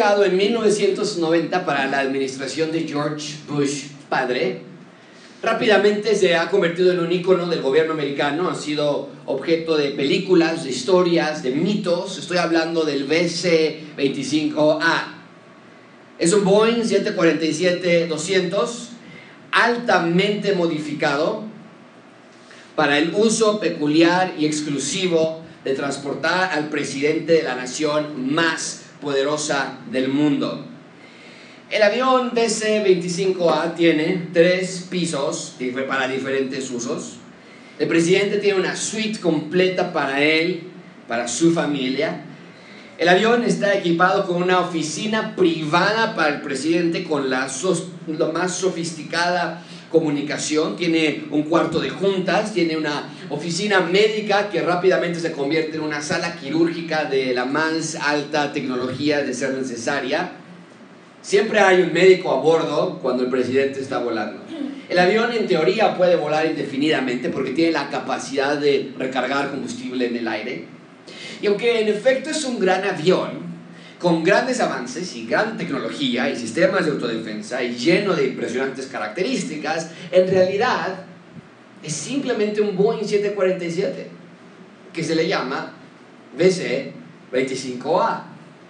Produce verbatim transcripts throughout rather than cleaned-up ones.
creado en mil novecientos noventa para la administración de George Bush padre, rápidamente se ha convertido en un ícono del gobierno americano. Ha sido objeto de películas, de historias, de mitos. Estoy hablando del B C veinticinco A. Es un Boeing siete cuarenta y siete doscientos altamente modificado para el uso peculiar y exclusivo de transportar al presidente de la nación más poderosa del mundo. El avión B C veinticinco A tiene tres pisos para diferentes usos. El presidente tiene una suite completa para él, para su familia. El avión está equipado con una oficina privada para el presidente con la, sos, la más sofisticada comunicación. Tiene un cuarto de juntas, tiene una oficina médica que rápidamente se convierte en una sala quirúrgica de la más alta tecnología de ser necesaria. Siempre hay un médico a bordo cuando el presidente está volando. El avión en teoría puede volar indefinidamente porque tiene la capacidad de recargar combustible en el aire. Y aunque en efecto es un gran avión, con grandes avances y gran tecnología y sistemas de autodefensa y lleno de impresionantes características, en realidad es simplemente un Boeing siete cuarenta y siete que se le llama B C veinticinco A.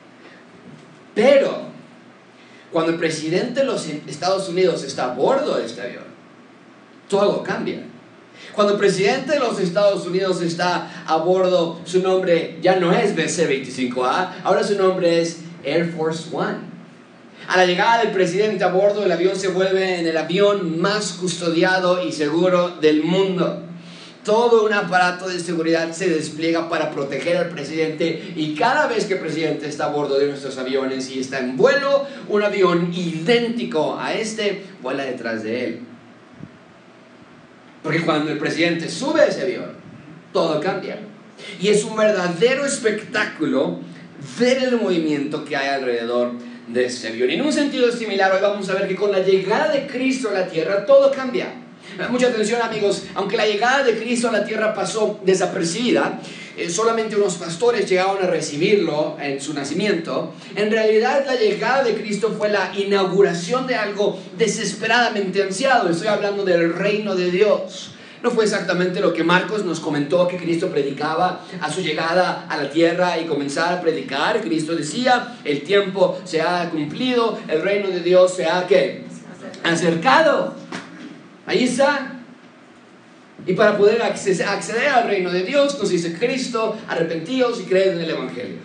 Pero cuando el presidente de los Estados Unidos está a bordo de este avión, todo cambia. Cuando el presidente de los Estados Unidos está a bordo, su nombre ya no es B C veinticinco A, ahora su nombre es Air Force One. A la llegada del presidente a bordo, el avión se vuelve en el avión más custodiado y seguro del mundo. Todo un aparato de seguridad se despliega para proteger al presidente, y cada vez que el presidente está a bordo de nuestros aviones y está en vuelo, un avión idéntico a este vuela detrás de él. Porque cuando el presidente sube a ese avión, todo cambia. Y es un verdadero espectáculo ver el movimiento que hay alrededor de ese avión. Y en un sentido similar, hoy vamos a ver que con la llegada de Cristo a la tierra, todo cambia. Mucha atención, amigos. Aunque la llegada de Cristo a la tierra pasó desapercibida, eh, solamente unos pastores llegaron a recibirlo en su nacimiento, en realidad la llegada de Cristo fue la inauguración de algo desesperadamente ansiado. Estoy hablando del reino de Dios. No fue exactamente lo que Marcos nos comentó que Cristo predicaba a su llegada a la tierra y comenzar a predicar. Cristo decía: el tiempo se ha cumplido, el reino de Dios se ha ¿qué? acercado. Ahí está. Y para poder acceder al reino de Dios, nos dice Cristo: arrepentíos y creed en el Evangelio.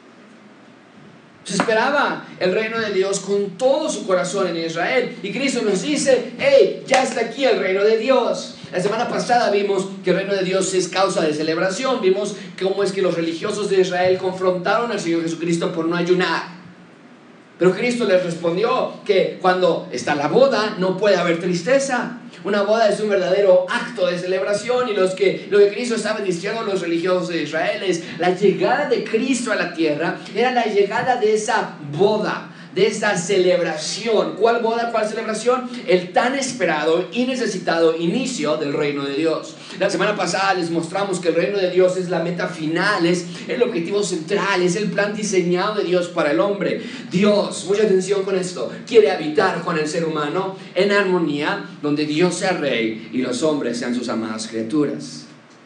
Se esperaba el reino de Dios con todo su corazón en Israel, y Cristo nos dice: hey, ya está aquí el reino de Dios. La semana pasada vimos que el reino de Dios es causa de celebración. Vimos cómo es que los religiosos de Israel confrontaron al Señor Jesucristo por no ayunar. Pero Cristo les respondió que cuando está la boda no puede haber tristeza. Una boda es un verdadero acto de celebración, y los que, lo que Cristo estaba diciendo a los religiosos de Israel es: la llegada de Cristo a la tierra era la llegada de esa boda, de esa celebración. ¿Cuál boda? ¿Cuál celebración? El tan esperado y necesitado inicio del reino de Dios. La semana pasada les mostramos que el reino de Dios es la meta final, es el objetivo central, es el plan diseñado de Dios para el hombre. Dios, mucha atención con esto, quiere habitar con el ser humano en armonía, donde Dios sea rey y los hombres sean sus amadas criaturas.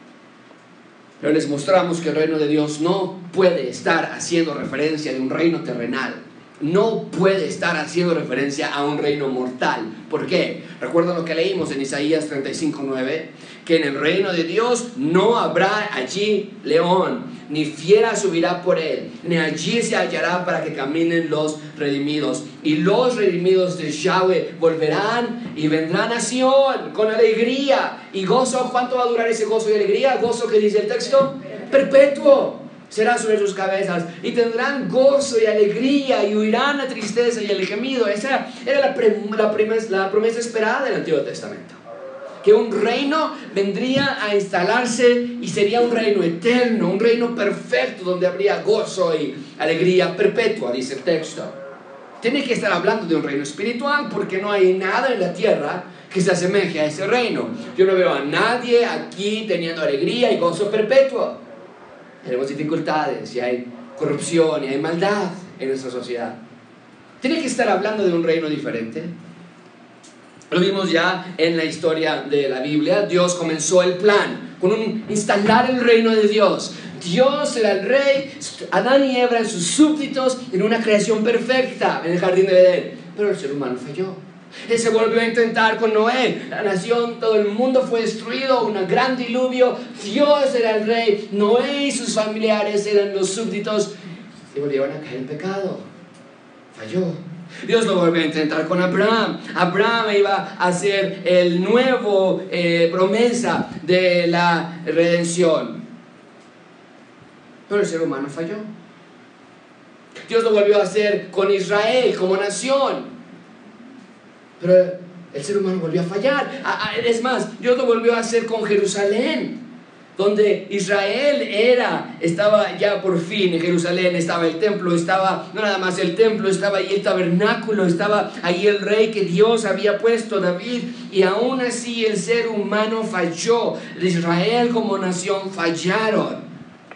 Pero les mostramos que el reino de Dios no puede estar haciendo referencia de un reino terrenal. No puede estar haciendo referencia a un reino mortal. ¿Por qué? ¿Recuerdan lo que leímos en Isaías treinta y cinco nueve? Que en el reino de Dios no habrá allí león, ni fiera subirá por él, ni allí se hallará para que caminen los redimidos. Y los redimidos de Yahweh volverán y vendrán a Sión con alegría y gozo. ¿Cuánto va a durar ese gozo y alegría? ¿Gozo que dice el texto? Perpetuo. Será sobre sus cabezas, y tendrán gozo y alegría, y huirán la tristeza y el gemido. Esa era la, pre, la, promesa, la promesa esperada del Antiguo Testamento, que un reino vendría a instalarse y sería un reino eterno, un reino perfecto, donde habría gozo y alegría perpetua, dice el texto. Tiene que estar hablando de un reino espiritual, porque no hay nada en la tierra que se asemeje a ese reino. Yo no veo a nadie aquí teniendo alegría y gozo perpetuo. Tenemos dificultades, y hay corrupción y hay maldad en nuestra sociedad. Tiene que estar hablando de un reino diferente. Lo vimos ya en la historia de la Biblia. Dios comenzó el plan con un, instalar el reino de Dios. Dios era el rey, Adán y Eva eran sus súbditos en una creación perfecta en el jardín de Edén. Pero el ser humano falló. Él se volvió a intentar con Noé. La nación, todo el mundo fue destruido, un gran diluvio. Dios era el rey, Noé y sus familiares eran los súbditos y volvieron a caer en pecado. Falló. Dios lo volvió a intentar con Abraham. Abraham iba a hacer el nuevo eh, promesa de la redención. Pero el ser humano falló. Dios lo volvió a hacer con Israel como nación. Pero el ser humano volvió a fallar. Es más, Dios lo volvió a hacer con Jerusalén, donde Israel era, estaba ya por fin en Jerusalén, estaba el templo, estaba no nada más el templo, estaba ahí el tabernáculo, estaba ahí el rey que Dios había puesto, David, y aún así el ser humano falló. Israel como nación fallaron.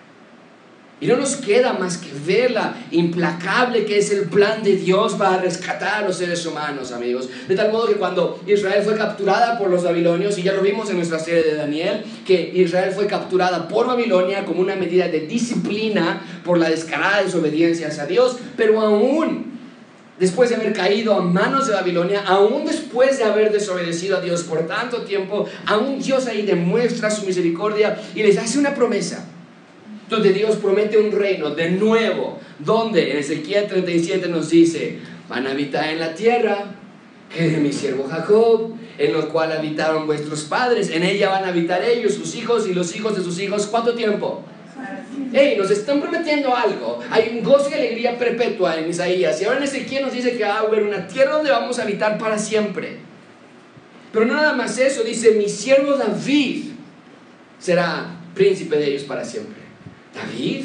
Y no nos queda más que ver la implacable que es el plan de Dios para rescatar a los seres humanos, amigos. De tal modo que cuando Israel fue capturada por los babilonios, y ya lo vimos en nuestra serie de Daniel, que Israel fue capturada por Babilonia como una medida de disciplina por la descarada desobediencia a Dios, pero aún después de haber caído a manos de Babilonia, aún después de haber desobedecido a Dios por tanto tiempo, aún Dios ahí demuestra su misericordia y les hace una promesa. Donde Dios promete un reino de nuevo, donde en Ezequiel treinta y siete nos dice: van a habitar en la tierra que de mi siervo Jacob, en la cual habitaron vuestros padres, en ella van a habitar ellos, sus hijos y los hijos de sus hijos. ¿Cuánto tiempo? Hey, nos están prometiendo algo. Hay un gozo y alegría perpetua en Isaías, y ahora en Ezequiel nos dice que va a haber una tierra donde vamos a habitar para siempre. Pero no nada más eso, dice: mi siervo David será príncipe de ellos para siempre. David,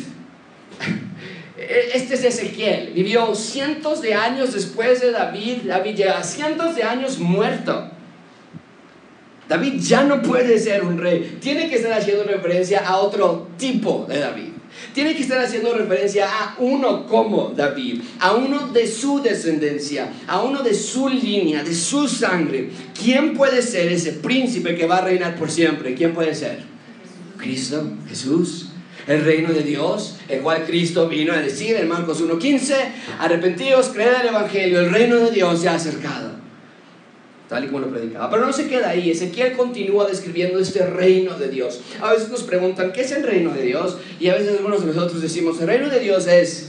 este es Ezequiel, vivió cientos de años después de David. David lleva cientos de años muerto. David ya no puede ser un rey. Tiene que estar haciendo referencia a otro tipo de David. Tiene que estar haciendo referencia a uno como David, a uno de su descendencia, a uno de su línea, de su sangre. ¿Quién puede ser ese príncipe que va a reinar por siempre? ¿Quién puede ser? Cristo, Jesús. El reino de Dios, el cual Cristo vino a decir en Marcos uno quince: arrepentíos, creed el evangelio, el reino de Dios se ha acercado. Tal y como lo predicaba. Pero no se queda ahí. Ezequiel continúa describiendo este reino de Dios. A veces nos preguntan: ¿qué es el reino de Dios? Y a veces algunos de nosotros decimos: el reino de Dios es,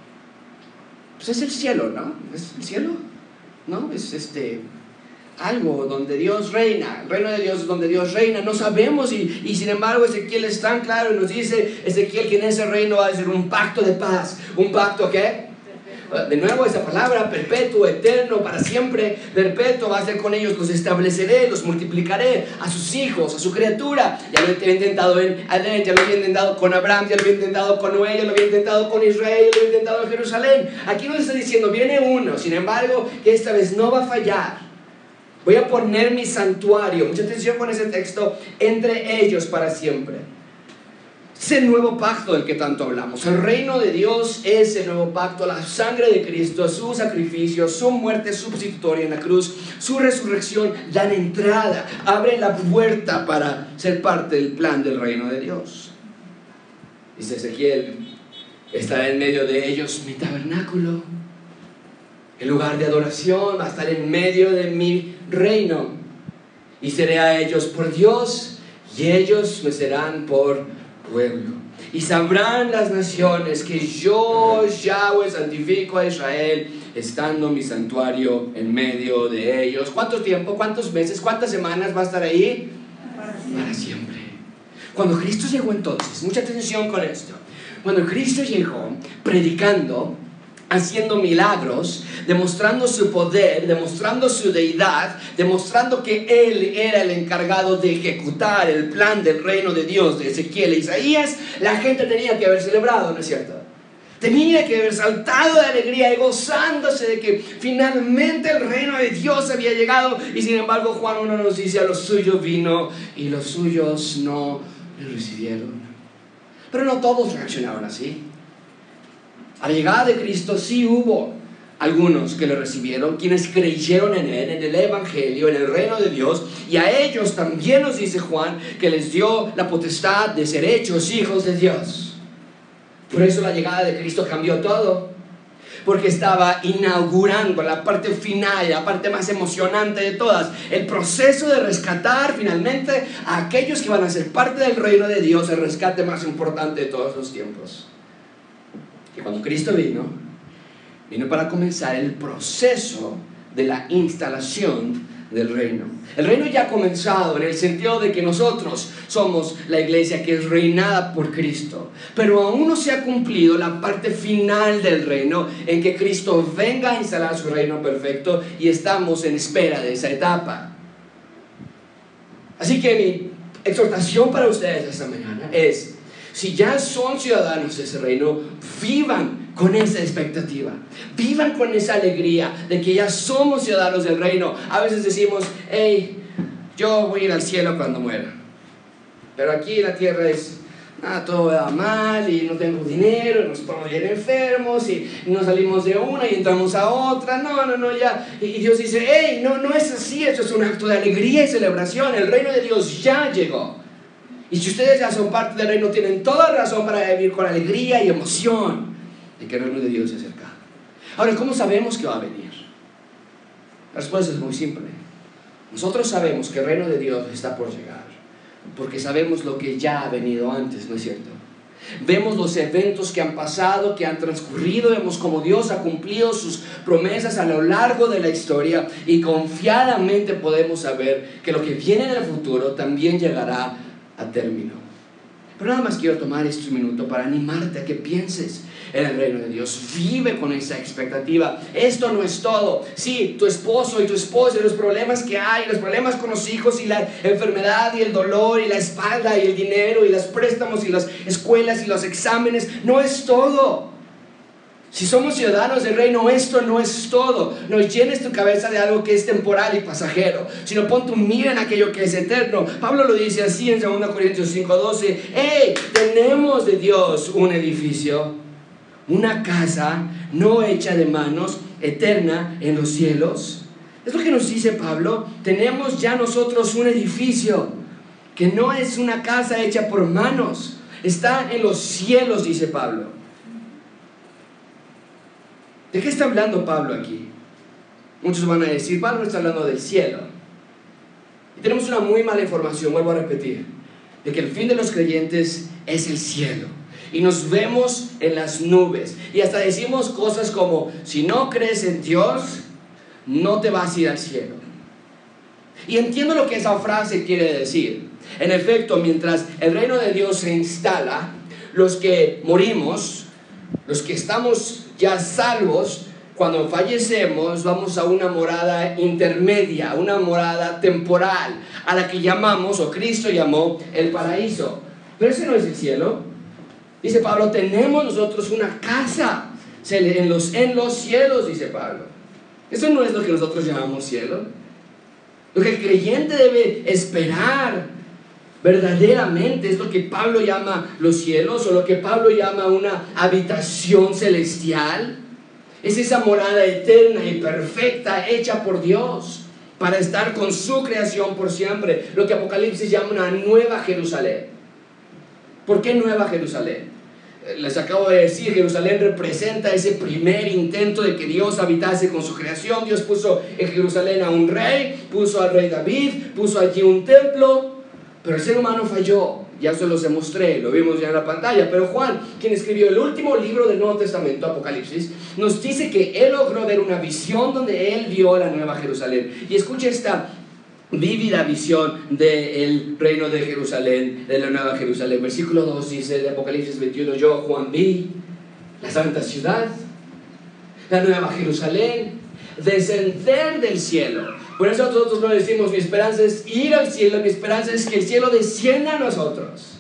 pues es el cielo, ¿no? Es el cielo, ¿no? Es este... algo donde Dios reina. El reino de Dios es donde Dios reina. No sabemos, y, y sin embargo Ezequiel es tan claro y nos dice Ezequiel que en ese reino va a ser un pacto de paz. ¿Un pacto qué? De nuevo esa palabra, perpetuo, eterno, para siempre. Perpetuo va a ser con ellos: los estableceré, los multiplicaré, a sus hijos, a su criatura. Ya lo había intentado en Adén, ya lo había intentado con Abraham, ya lo había intentado con Noé, ya lo había intentado con Israel, ya lo había intentado en Jerusalén. Aquí nos está diciendo: viene uno, sin embargo, que esta vez no va a fallar. Voy a poner mi santuario, mucha atención con ese texto, entre ellos para siempre. Es el nuevo pacto del que tanto hablamos. El reino de Dios es el nuevo pacto. La sangre de Cristo, su sacrificio, su muerte sustitutoria en la cruz, su resurrección dan entrada, abren la puerta para ser parte del plan del reino de Dios. Dice Ezequiel: estará en medio de ellos mi tabernáculo. El lugar de adoración va a estar en medio de mi reino, y seré a ellos por Dios, y ellos me serán por pueblo. Y sabrán las naciones que yo, Yahweh, santifico a Israel, estando mi santuario en medio de ellos. ¿Cuánto tiempo? ¿Cuántos meses? ¿Cuántas semanas va a estar ahí? Para siempre. Para siempre. Cuando Cristo llegó entonces, mucha atención con esto, cuando Cristo llegó predicando, haciendo milagros, demostrando su poder, demostrando su deidad, demostrando que Él era el encargado de ejecutar el plan del reino de Dios de Ezequiel e Isaías, la gente tenía que haber celebrado, ¿no es cierto? Tenía que haber saltado de alegría y gozándose de que finalmente el reino de Dios había llegado. Y sin embargo Juan uno nos dice: a los suyos vino y los suyos no le recibieron. Pero no todos reaccionaron así. A la llegada de Cristo sí hubo algunos que lo recibieron, quienes creyeron en Él, en el Evangelio, en el reino de Dios, y a ellos también nos dice Juan que les dio la potestad de ser hechos hijos de Dios. Por eso la llegada de Cristo cambió todo, porque estaba inaugurando la parte final, la parte más emocionante de todas, el proceso de rescatar finalmente a aquellos que van a ser parte del reino de Dios, el rescate más importante de todos los tiempos. Y cuando Cristo vino, vino para comenzar el proceso de la instalación del reino. El reino ya ha comenzado en el sentido de que nosotros somos la iglesia que es reinada por Cristo, pero aún no se ha cumplido la parte final del reino en que Cristo venga a instalar su reino perfecto, y estamos en espera de esa etapa. Así que mi exhortación para ustedes esta mañana es: si ya son ciudadanos de ese reino, vivan con esa expectativa, vivan con esa alegría de que ya somos ciudadanos del reino. A veces decimos: hey, yo voy a ir al cielo cuando muera, pero aquí en la tierra es, ah, todo va mal y no tengo dinero, nos ponemos bien enfermos y nos salimos de una y entramos a otra. No, no, no, ya. Y Dios dice: hey, no, no es así, esto es un acto de alegría y celebración. El reino de Dios ya llegó. Y si ustedes ya son parte del reino, tienen toda razón para vivir con alegría y emoción de que el reino de Dios se acerca. Ahora, ¿cómo sabemos que va a venir? La respuesta es muy simple. Nosotros sabemos que el reino de Dios está por llegar, porque sabemos lo que ya ha venido antes, ¿no es cierto? Vemos los eventos que han pasado, que han transcurrido, vemos cómo Dios ha cumplido sus promesas a lo largo de la historia, y confiadamente podemos saber que lo que viene en el futuro también llegará a término. Pero nada más quiero tomar este minuto para animarte a que pienses en el reino de Dios. Vive con esa expectativa. Esto no es todo. Sí, tu esposo y tu esposa y los problemas que hay, los problemas con los hijos y la enfermedad y el dolor y la espalda y el dinero y los préstamos y las escuelas y los exámenes, no es todo. Si somos ciudadanos del reino, esto no es todo. No llenes tu cabeza de algo que es temporal y pasajero, sino pon tu mira en aquello que es eterno. Pablo lo dice así en segunda Corintios cinco doce: hey, tenemos de Dios un edificio, una casa no hecha de manos, eterna en los cielos. Es lo que nos dice Pablo. Tenemos ya nosotros un edificio que no es una casa hecha por manos, está en los cielos, dice Pablo. ¿De qué está hablando Pablo aquí? Muchos van a decir: Pablo no está hablando del cielo. Y tenemos una muy mala información, vuelvo a repetir, de que el fin de los creyentes es el cielo. Y nos vemos en las nubes. Y hasta decimos cosas como: si no crees en Dios, no te vas a ir al cielo. Y entiendo lo que esa frase quiere decir. En efecto, mientras el reino de Dios se instala, los que morimos, los que estamos ya salvos, cuando fallecemos, vamos a una morada intermedia, una morada temporal, a la que llamamos, o Cristo llamó, el paraíso. Pero ese no es el cielo. Dice Pablo: tenemos nosotros una casa en los, en los cielos, dice Pablo. Eso no es lo que nosotros llamamos cielo. Lo que el creyente debe esperar verdaderamente es lo que Pablo llama los cielos, o lo que Pablo llama una habitación celestial. Es esa morada eterna y perfecta hecha por Dios para estar con su creación por siempre, lo que Apocalipsis llama una nueva Jerusalén. ¿Por qué nueva Jerusalén? Les acabo de decir, Jerusalén representa ese primer intento de que Dios habitase con su creación. Dios puso en Jerusalén a un rey, puso al rey David, puso allí un templo, pero el ser humano falló. Ya se los demostré, lo vimos ya en la pantalla. Pero Juan, quien escribió el último libro del Nuevo Testamento, Apocalipsis, nos dice que él logró ver una visión donde él vio la nueva Jerusalén. Y escucha esta vívida visión del reino de Jerusalén, de la nueva Jerusalén. Versículo dos dice de Apocalipsis veintiuno: yo, Juan, vi la santa ciudad, la nueva Jerusalén, descender del cielo. Por eso nosotros no decimos: mi esperanza es ir al cielo, mi esperanza es que el cielo descienda a nosotros,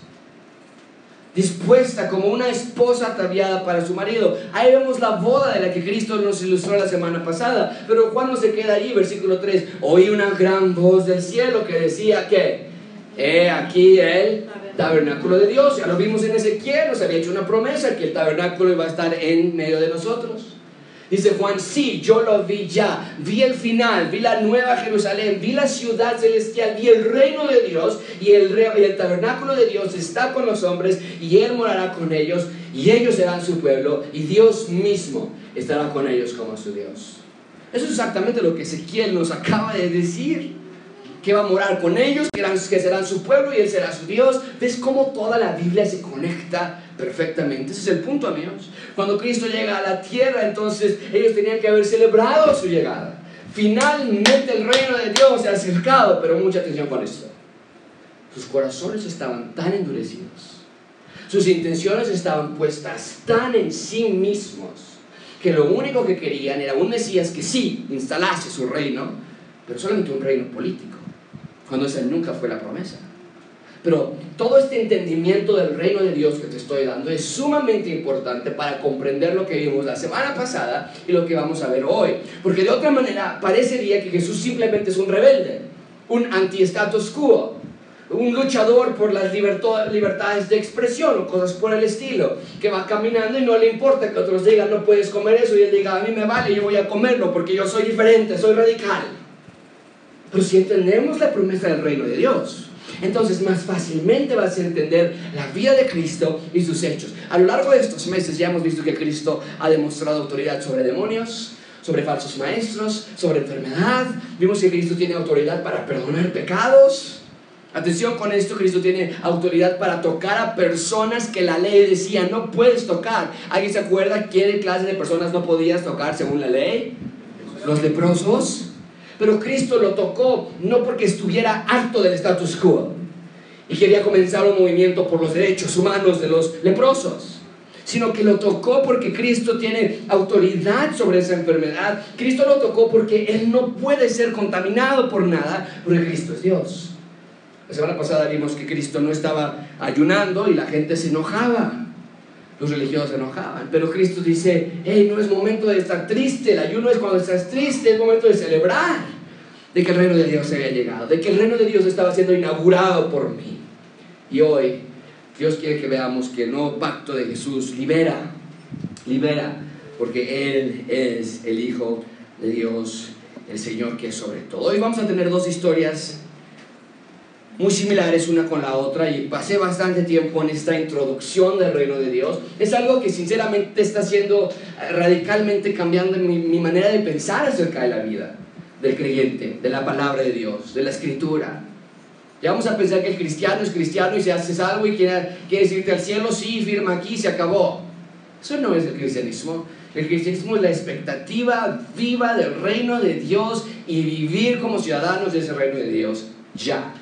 dispuesta como una esposa ataviada para su marido. Ahí vemos la boda de la que Cristo nos ilustró la semana pasada. Pero Juan no se queda ahí. Versículo tres: oí una gran voz del cielo que decía que he aquí el tabernáculo de Dios. Ya lo vimos en Ezequiel, nos había hecho una promesa que el tabernáculo iba a estar en medio de nosotros. Dice Juan, sí, yo lo vi ya, vi el final, vi la nueva Jerusalén, vi la ciudad celestial, vi el reino de Dios y el, re, y el tabernáculo de Dios está con los hombres y Él morará con ellos y ellos serán su pueblo y Dios mismo estará con ellos como su Dios. Eso es exactamente lo que Ezequiel nos acaba de decir, que va a morar con ellos, que, eran, que serán su pueblo y Él será su Dios. ¿Ves cómo toda la Biblia se conecta perfectamente? Ese es el punto, amigos. Cuando Cristo llega a la tierra, entonces ellos tenían que haber celebrado su llegada. Finalmente el reino de Dios se ha acercado, pero mucha atención con esto. Sus corazones estaban tan endurecidos, sus intenciones estaban puestas tan en sí mismos, que lo único que querían era un Mesías que sí instalase su reino, pero solamente un reino político, cuando esa nunca fue la promesa. Pero todo este entendimiento del reino de Dios que te estoy dando es sumamente importante para comprender lo que vimos la semana pasada y lo que vamos a ver hoy. Porque de otra manera parecería que Jesús simplemente es un rebelde, un anti-status quo, un luchador por las libertades de expresión o cosas por el estilo, que va caminando y no le importa que otros digan no puedes comer eso y él diga a mí me vale, yo voy a comerlo porque yo soy diferente, soy radical. Pero si entendemos la promesa del reino de Dios, entonces más fácilmente vas a entender la vida de Cristo y sus hechos. A lo largo de estos meses ya hemos visto que Cristo ha demostrado autoridad sobre demonios, sobre falsos maestros, sobre enfermedad. Vimos que Cristo tiene autoridad para perdonar pecados. Atención con esto, Cristo tiene autoridad para tocar a personas que la ley decía no puedes tocar. ¿Alguien se acuerda qué clase de personas no podías tocar según la ley? Los leprosos. Pero Cristo lo tocó no porque estuviera harto del status quo y quería comenzar un movimiento por los derechos humanos de los leprosos, sino que lo tocó porque Cristo tiene autoridad sobre esa enfermedad. Cristo lo tocó porque Él no puede ser contaminado por nada, porque Cristo es Dios. La semana pasada vimos que Cristo no estaba ayunando y la gente se enojaba. Los religiosos se enojaban, pero Cristo dice, hey, no es momento de estar triste, el ayuno es cuando estás triste, es momento de celebrar de que el reino de Dios se había llegado, de que el reino de Dios estaba siendo inaugurado por mí. Y hoy Dios quiere que veamos que el nuevo pacto de Jesús libera, libera, porque Él es el Hijo de Dios, el Señor que es sobre todo. Hoy vamos a tener dos historias muy similares una con la otra y pasé bastante tiempo en esta introducción del reino de Dios. Es algo que sinceramente está haciendo radicalmente cambiando mi, mi manera de pensar acerca de la vida del creyente, de la palabra de Dios, de la escritura. Ya vamos a pensar que el cristiano es cristiano y se hace salvo y quiere, quiere irte al cielo, sí, firma aquí, se acabó. Eso no es el cristianismo. El cristianismo es la expectativa viva del reino de Dios y vivir como ciudadanos de ese reino de Dios ya.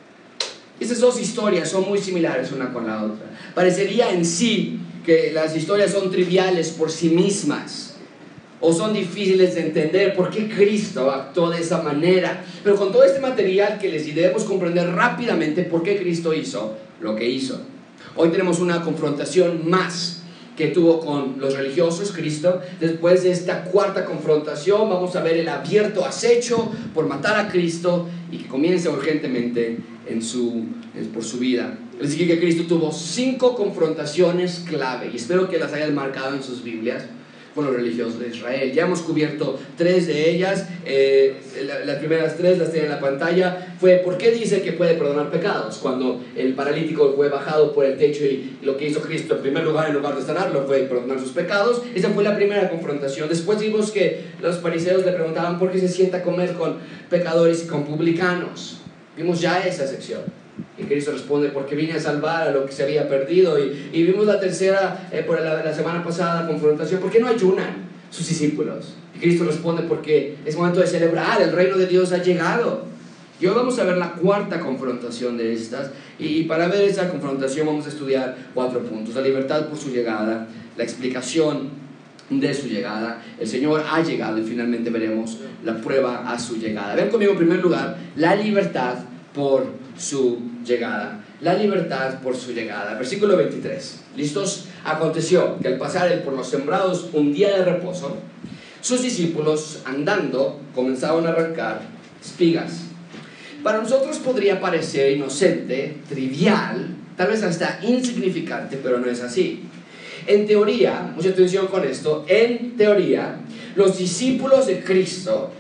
Estas dos historias son muy similares una con la otra. Parecería en sí que las historias son triviales por sí mismas o son difíciles de entender por qué Cristo actuó de esa manera. Pero con todo este material que les di debemos comprender rápidamente por qué Cristo hizo lo que hizo. Hoy tenemos una confrontación más que tuvo con los religiosos Cristo. Después de esta cuarta confrontación vamos a ver el abierto acecho por matar a Cristo y que comienza urgentemente en su, en, por su vida. Les dije que Cristo tuvo cinco confrontaciones clave y espero que las hayan marcado en sus Biblias con los religiosos de Israel. Ya hemos cubierto tres de ellas. eh, la, las primeras tres las tienen en la pantalla. Fue ¿por qué dice que puede perdonar pecados? Cuando el paralítico fue bajado por el techo y lo que hizo Cristo en primer lugar, en lugar de sanarlo, fue perdonar sus pecados. Esa fue la primera confrontación. Después vimos que los fariseos le preguntaban por qué se sienta a comer con pecadores y con publicanos. Vimos ya esa sección y Cristo responde porque vine a salvar a lo que se había perdido. Y, y vimos la tercera eh, por la, la semana pasada confrontación, ¿por qué no ayunan sus discípulos? Y Cristo responde porque es momento de celebrar, el reino de Dios ha llegado. Y hoy vamos a ver la cuarta confrontación de estas y, y para ver esa confrontación vamos a estudiar cuatro puntos: la libertad por su llegada, la explicación de su llegada, el Señor ha llegado y finalmente veremos la prueba a su llegada. Ven conmigo en primer lugar la libertad por su llegada. La libertad por su llegada. Versículo veintitrés. ¿Listos? Aconteció que al pasar él por los sembrados un día de reposo, sus discípulos andando comenzaron a arrancar espigas. Para nosotros podría parecer inocente, trivial, tal vez hasta insignificante, pero no es así. En teoría, mucha atención con esto, en teoría, los discípulos de Cristo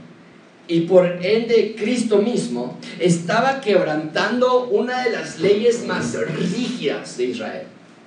y por ende Cristo mismo estaba quebrantando una de las leyes más rígidas de Israel.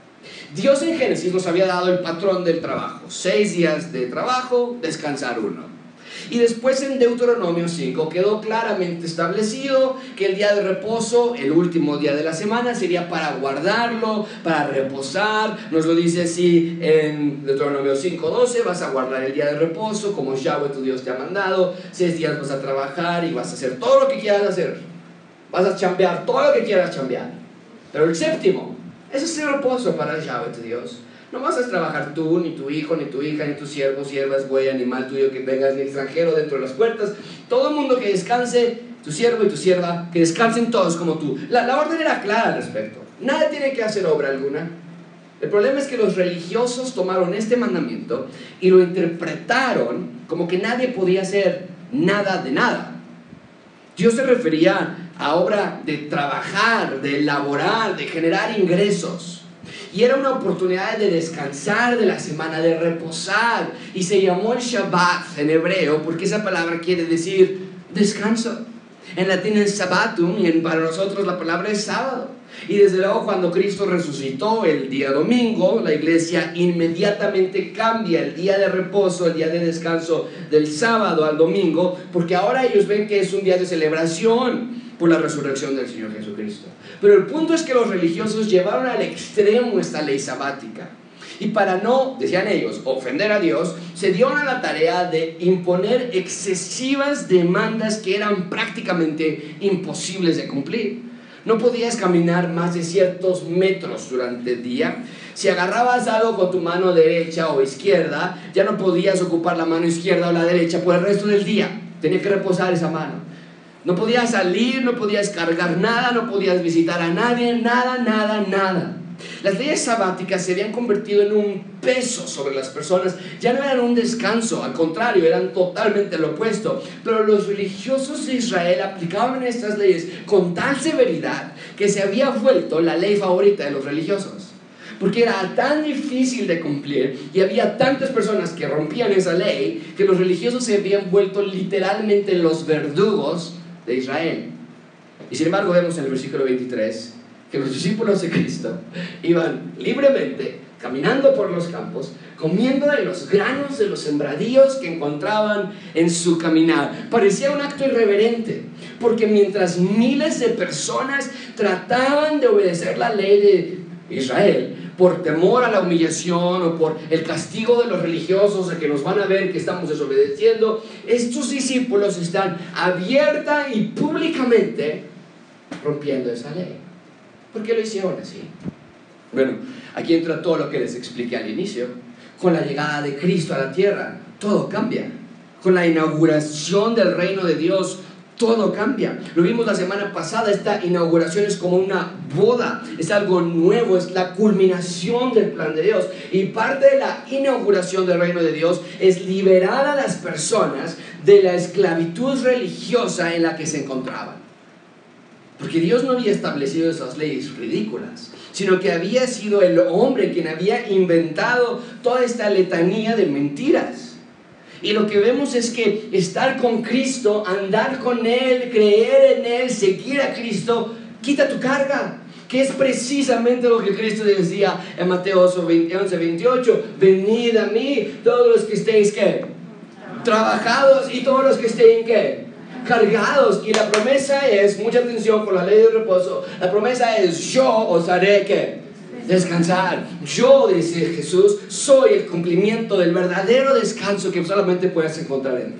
Dios en Génesis nos había dado el patrón del trabajo: seis días de trabajo, descansar uno. Y después en Deuteronomio cinco quedó claramente establecido que el día de reposo, el último día de la semana, sería para guardarlo, para reposar. Nos lo dice así en Deuteronomio cinco doce: vas a guardar el día de reposo como Yahweh tu Dios te ha mandado. Seis días vas a trabajar y vas a hacer todo lo que quieras hacer. Vas a chambear todo lo que quieras chambear. Pero el séptimo, ese es el reposo para Yahweh tu Dios. No vas a trabajar tú, ni tu hijo, ni tu hija, ni tu siervo, sierva, buey, animal tuyo que vengas, ni extranjero dentro de las puertas. Todo el mundo que descanse, tu siervo y tu sierva, que descansen todos como tú. La, la orden era clara al respecto. Nadie tiene que hacer obra alguna. El problema es que los religiosos tomaron este mandamiento y lo interpretaron como que nadie podía hacer nada de nada. Dios se refería a obra de trabajar, de elaborar, de generar ingresos. Y era una oportunidad de descansar de la semana, de reposar. Y se llamó el Shabbat en hebreo porque esa palabra quiere decir descanso. En latín es sabbatum y en, para nosotros la palabra es sábado. Y desde luego cuando Cristo resucitó el día domingo, la iglesia inmediatamente cambia el día de reposo, el día de descanso del sábado al domingo, porque ahora ellos ven que es un día de celebración por la resurrección del Señor Jesucristo. Pero el punto es que los religiosos llevaron al extremo esta ley sabática. Y para no, decían ellos, ofender a Dios, se dieron a la tarea de imponer excesivas demandas que eran prácticamente imposibles de cumplir. No podías caminar más de ciertos metros durante el día. Si agarrabas algo con tu mano derecha o izquierda, ya no podías ocupar la mano izquierda o la derecha por el resto del día. Tenía que reposar esa mano. No podías salir, no podías cargar nada, no podías visitar a nadie, nada, nada, nada. Las leyes sabáticas se habían convertido en un peso sobre las personas. Ya no eran un descanso, al contrario, eran totalmente lo opuesto. Pero los religiosos de Israel aplicaban estas leyes con tal severidad que se había vuelto la ley favorita de los religiosos. Porque era tan difícil de cumplir y había tantas personas que rompían esa ley que los religiosos se habían vuelto literalmente los verdugos de Israel. Y sin embargo vemos en el versículo veintitrés que los discípulos de Cristo iban libremente caminando por los campos, comiendo de los granos de los sembradíos que encontraban en su caminar. Parecía un acto irreverente, porque mientras miles de personas trataban de obedecer la ley de Israel por temor a la humillación o por el castigo de los religiosos de que nos van a ver que estamos desobedeciendo, estos discípulos están abierta y públicamente rompiendo esa ley. ¿Por qué lo hicieron así? Bueno, aquí entra todo lo que les expliqué al inicio. Con la llegada de Cristo a la tierra, todo cambia. Con la inauguración del reino de Dios, todo cambia. Lo vimos la semana pasada. Esta inauguración es como una boda, es algo nuevo, es la culminación del plan de Dios. Y parte de la inauguración del reino de Dios es liberar a las personas de la esclavitud religiosa en la que se encontraban. Porque Dios no había establecido esas leyes ridículas, sino que había sido el hombre quien había inventado toda esta letanía de mentiras. Y lo que vemos es que estar con Cristo, andar con Él, creer en Él, seguir a Cristo, quita tu carga. Que es precisamente lo que Cristo decía en Mateo once veintiocho: venid a mí todos los que estéis ¿qué? Trabajados y todos los que estén ¿qué? Cargados. Y la promesa es, mucha atención con la ley del reposo, la promesa es: yo os haré ¿qué? Descansar. Yo, dice Jesús, soy el cumplimiento del verdadero descanso que solamente puedes encontrar en mí.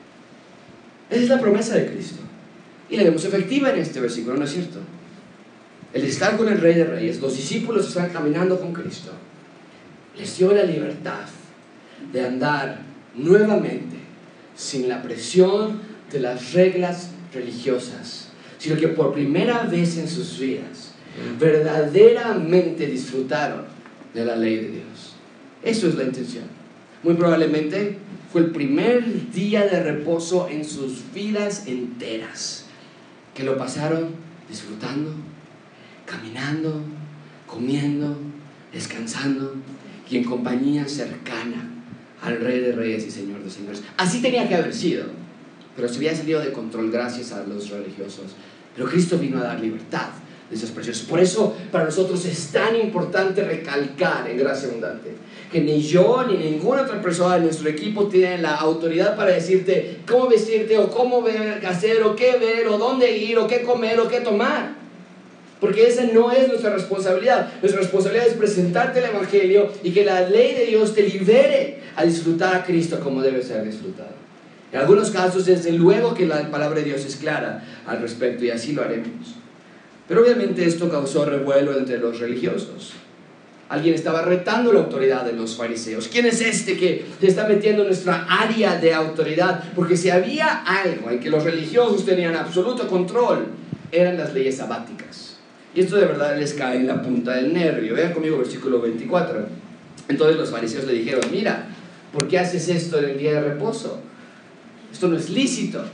Esa es la promesa de Cristo y la vemos efectiva en este versículo, ¿no es cierto? El estar con el Rey de Reyes, los discípulos están caminando con Cristo, les dio la libertad de andar nuevamente sin la presión de las reglas religiosas, sino que por primera vez en sus vidas verdaderamente disfrutaron de la ley de Dios. Eso es la intención. Muy probablemente fue el primer día de reposo en sus vidas enteras, que lo pasaron disfrutando, caminando, comiendo, descansando, y en compañía cercana al Rey de Reyes y Señor de Señores. Así tenía que haber sido, pero se había salido de control gracias a los religiosos. Pero Cristo vino a dar libertad de esos preciosos. Por eso para nosotros es tan importante recalcar en Gracia Abundante que ni yo ni ninguna otra persona de nuestro equipo tiene la autoridad para decirte cómo vestirte o cómo ver, hacer o qué ver o dónde ir o qué comer o qué tomar, porque esa no es nuestra responsabilidad. Nuestra responsabilidad es presentarte el Evangelio y que la ley de Dios te libere a disfrutar a Cristo como debe ser disfrutado. En algunos casos desde luego que la palabra de Dios es clara al respecto y así lo haremos. Pero obviamente esto causó revuelo entre los religiosos. Alguien estaba retando la autoridad de los fariseos. ¿Quién es este que se está metiendo en nuestra área de autoridad? Porque si había algo en que los religiosos tenían absoluto control, eran las leyes sabáticas. Y esto de verdad les cae en la punta del nervio. Vean conmigo versículo veinticuatro. Entonces los fariseos le dijeron: mira, ¿por qué haces esto en el día de reposo? Esto no es lícito.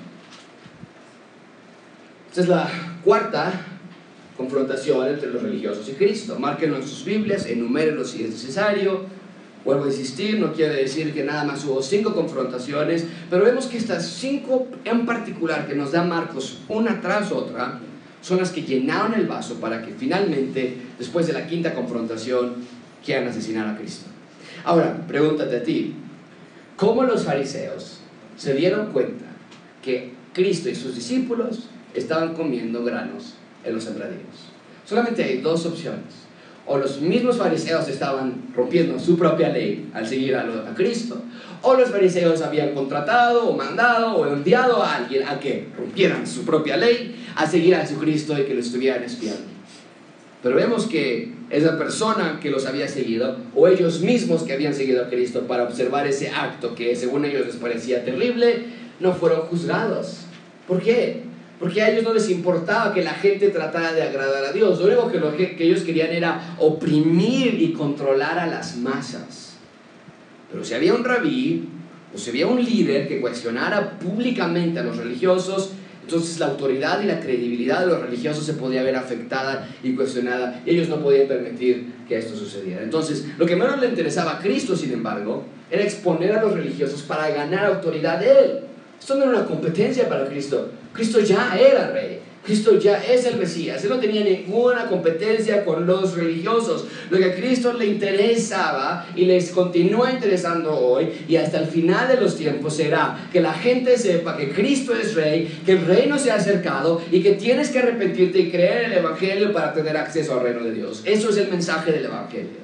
Esta es la cuarta confrontación entre los religiosos y Cristo. Márquenlo en sus Biblias, enumérenlo si es necesario. Vuelvo a insistir, no quiere decir que nada más hubo cinco confrontaciones, pero vemos que estas cinco en particular que nos da Marcos una tras otra son las que llenaron el vaso para que finalmente, después de la quinta confrontación, quieran asesinar a Cristo. Ahora, pregúntate a ti, ¿cómo los fariseos se dieron cuenta que Cristo y sus discípulos estaban comiendo granos en los sembradíos? Solamente hay dos opciones: o los mismos fariseos estaban rompiendo su propia ley al seguir a, lo, a Cristo, o los fariseos habían contratado o mandado o enviado a alguien a que rompieran su propia ley a seguir a Jesucristo y que lo estuvieran espiando. Pero vemos que esa persona que los había seguido, o ellos mismos que habían seguido a Cristo para observar ese acto que según ellos les parecía terrible, no fueron juzgados. ¿Por qué? Porque a ellos no les importaba que la gente tratara de agradar a Dios. Lo único que, lo que, que ellos querían era oprimir y controlar a las masas. Pero si había un rabí o si había un líder que cuestionara públicamente a los religiosos, entonces la autoridad y la credibilidad de los religiosos se podía ver afectada y cuestionada, y ellos no podían permitir que esto sucediera. Entonces, lo que menos le interesaba a Cristo, sin embargo, era exponer a los religiosos para ganar autoridad de Él. Esto no era una competencia para Cristo. Cristo ya era rey. Cristo ya es el Mesías. Él no tenía ninguna competencia con los religiosos. Lo que a Cristo le interesaba y les continúa interesando hoy y hasta el final de los tiempos será que la gente sepa que Cristo es rey, que el reino se ha acercado y que tienes que arrepentirte y creer en el Evangelio para tener acceso al reino de Dios. Eso es el mensaje del Evangelio.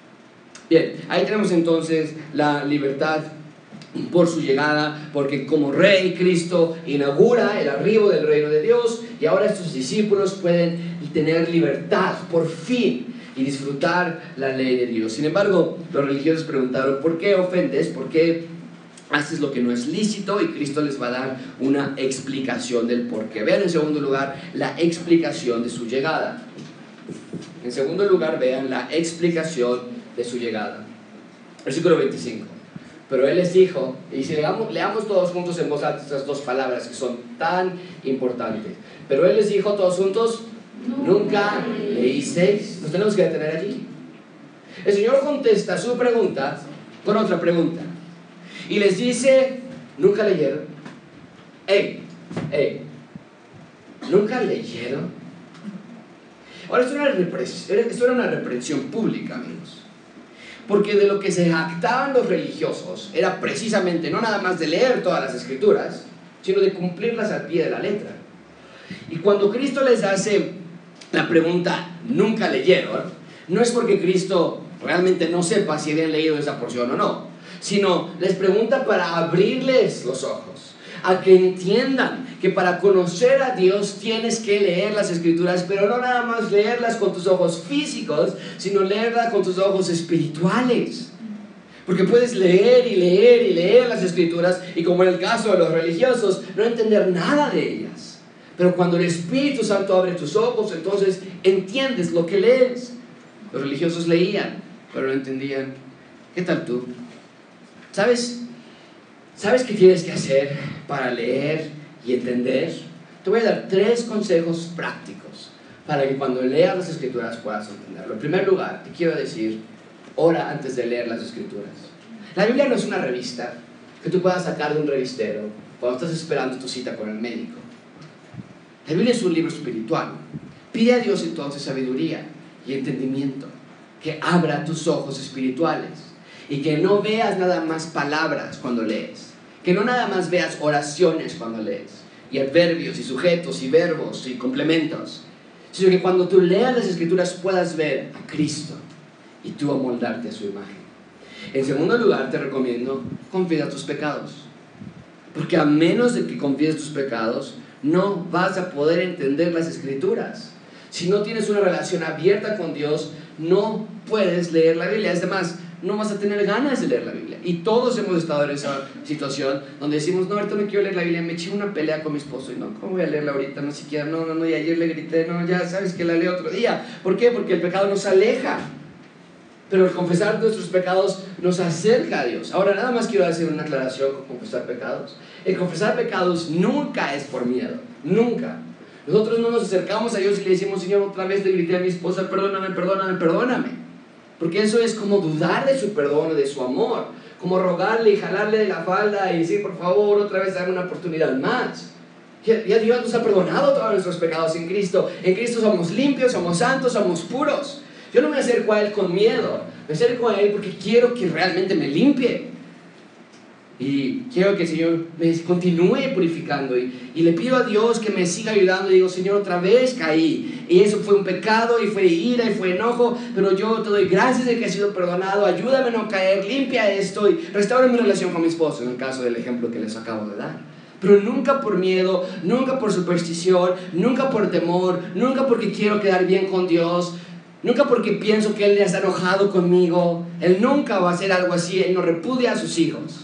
Bien, ahí tenemos entonces la libertad por su llegada, porque como rey Cristo inaugura el arribo del reino de Dios y ahora estos discípulos pueden tener libertad por fin y disfrutar la ley de Dios. Sin embargo, los religiosos preguntaron: ¿por qué ofendes? ¿Por qué haces lo que no es lícito? Y Cristo les va a dar una explicación del por qué. Vean en segundo lugar la explicación de su llegada. En segundo lugar, vean la explicación de su llegada. Versículo veinticinco. Pero Él les dijo, y si leamos, leamos todos juntos en voz alta estas dos palabras que son tan importantes. Pero Él les dijo todos juntos: nunca leísteis. Nos tenemos que detener allí. El Señor contesta su pregunta con otra pregunta y les dice: ¿nunca leyeron? ¡Ey! ¡Ey! ¿Nunca leyeron? Ahora, esto era, esto era una reprensión pública, amigos. Porque de lo que se jactaban los religiosos era precisamente no nada más de leer todas las escrituras, sino de cumplirlas al pie de la letra. Y cuando Cristo les hace la pregunta: ¿nunca leyeron?, no es porque Cristo realmente no sepa si habían leído esa porción o no, sino les pregunta para abrirles los ojos, a que entiendan que para conocer a Dios tienes que leer las escrituras, pero no nada más leerlas con tus ojos físicos, sino leerlas con tus ojos espirituales. Porque puedes leer y leer y leer las escrituras y, como en el caso de los religiosos, no entender nada de ellas. Pero cuando el Espíritu Santo abre tus ojos, entonces entiendes lo que lees. Los religiosos leían, pero no entendían. ¿Qué tal tú? ¿Sabes? ¿Sabes qué tienes que hacer para leer y entender? Te voy a dar tres consejos prácticos para que cuando leas las escrituras puedas entenderlo. En primer lugar, te quiero decir: ora antes de leer las Escrituras. La Biblia no es una revista que tú puedas sacar de un revistero cuando estás esperando tu cita con el médico. La Biblia es un libro espiritual. Pide a Dios entonces sabiduría y entendimiento, que abra tus ojos espirituales y que no veas nada más palabras cuando lees, que no nada más veas oraciones cuando lees, y adverbios y sujetos y verbos y complementos, sino que cuando tú leas las Escrituras puedas ver a Cristo y tú amoldarte a su imagen. En segundo lugar, te recomiendo, confiesa tus pecados, porque a menos de que confieses tus pecados no vas a poder entender las Escrituras. Si no tienes una relación abierta con Dios, no puedes leer la Biblia. Además, no vas a tener ganas de leer la Biblia. Y todos hemos estado en esa situación donde decimos, no, ahorita no quiero leer la Biblia, me eché una pelea con mi esposo y no, ¿cómo voy a leerla ahorita? No siquiera, no, no, no, y ayer le grité, no, ya sabes que la leo otro día. ¿Por qué? Porque el pecado nos aleja. Pero el confesar nuestros pecados nos acerca a Dios. Ahora, nada más quiero hacer una aclaración con confesar pecados. El confesar pecados nunca es por miedo, nunca. Nosotros no nos acercamos a Dios y le decimos, Señor, otra vez le grité a mi esposa, perdóname, perdóname, perdóname. Porque eso es como dudar de su perdón, de su amor. Como rogarle y jalarle de la falda y decir, por favor, otra vez dame una oportunidad más. Ya, ya Dios nos ha perdonado todos nuestros pecados en Cristo. En Cristo somos limpios, somos santos, somos puros. Yo no me acerco a Él con miedo, me acerco a Él porque quiero que realmente me limpie. Y quiero que el Señor me continúe purificando. Y, y le pido a Dios que me siga ayudando. Y digo, Señor, otra vez caí. Y eso fue un pecado, y fue ira, y fue enojo. Pero yo te doy gracias de que he sido perdonado. Ayúdame a no caer, limpia esto. Y restaura mi relación con mi esposo, en el caso del ejemplo que les acabo de dar. Pero nunca por miedo, nunca por superstición, nunca por temor, nunca porque quiero quedar bien con Dios. Nunca porque pienso que Él ya está enojado conmigo. Él nunca va a hacer algo así. Él no repudia a sus hijos.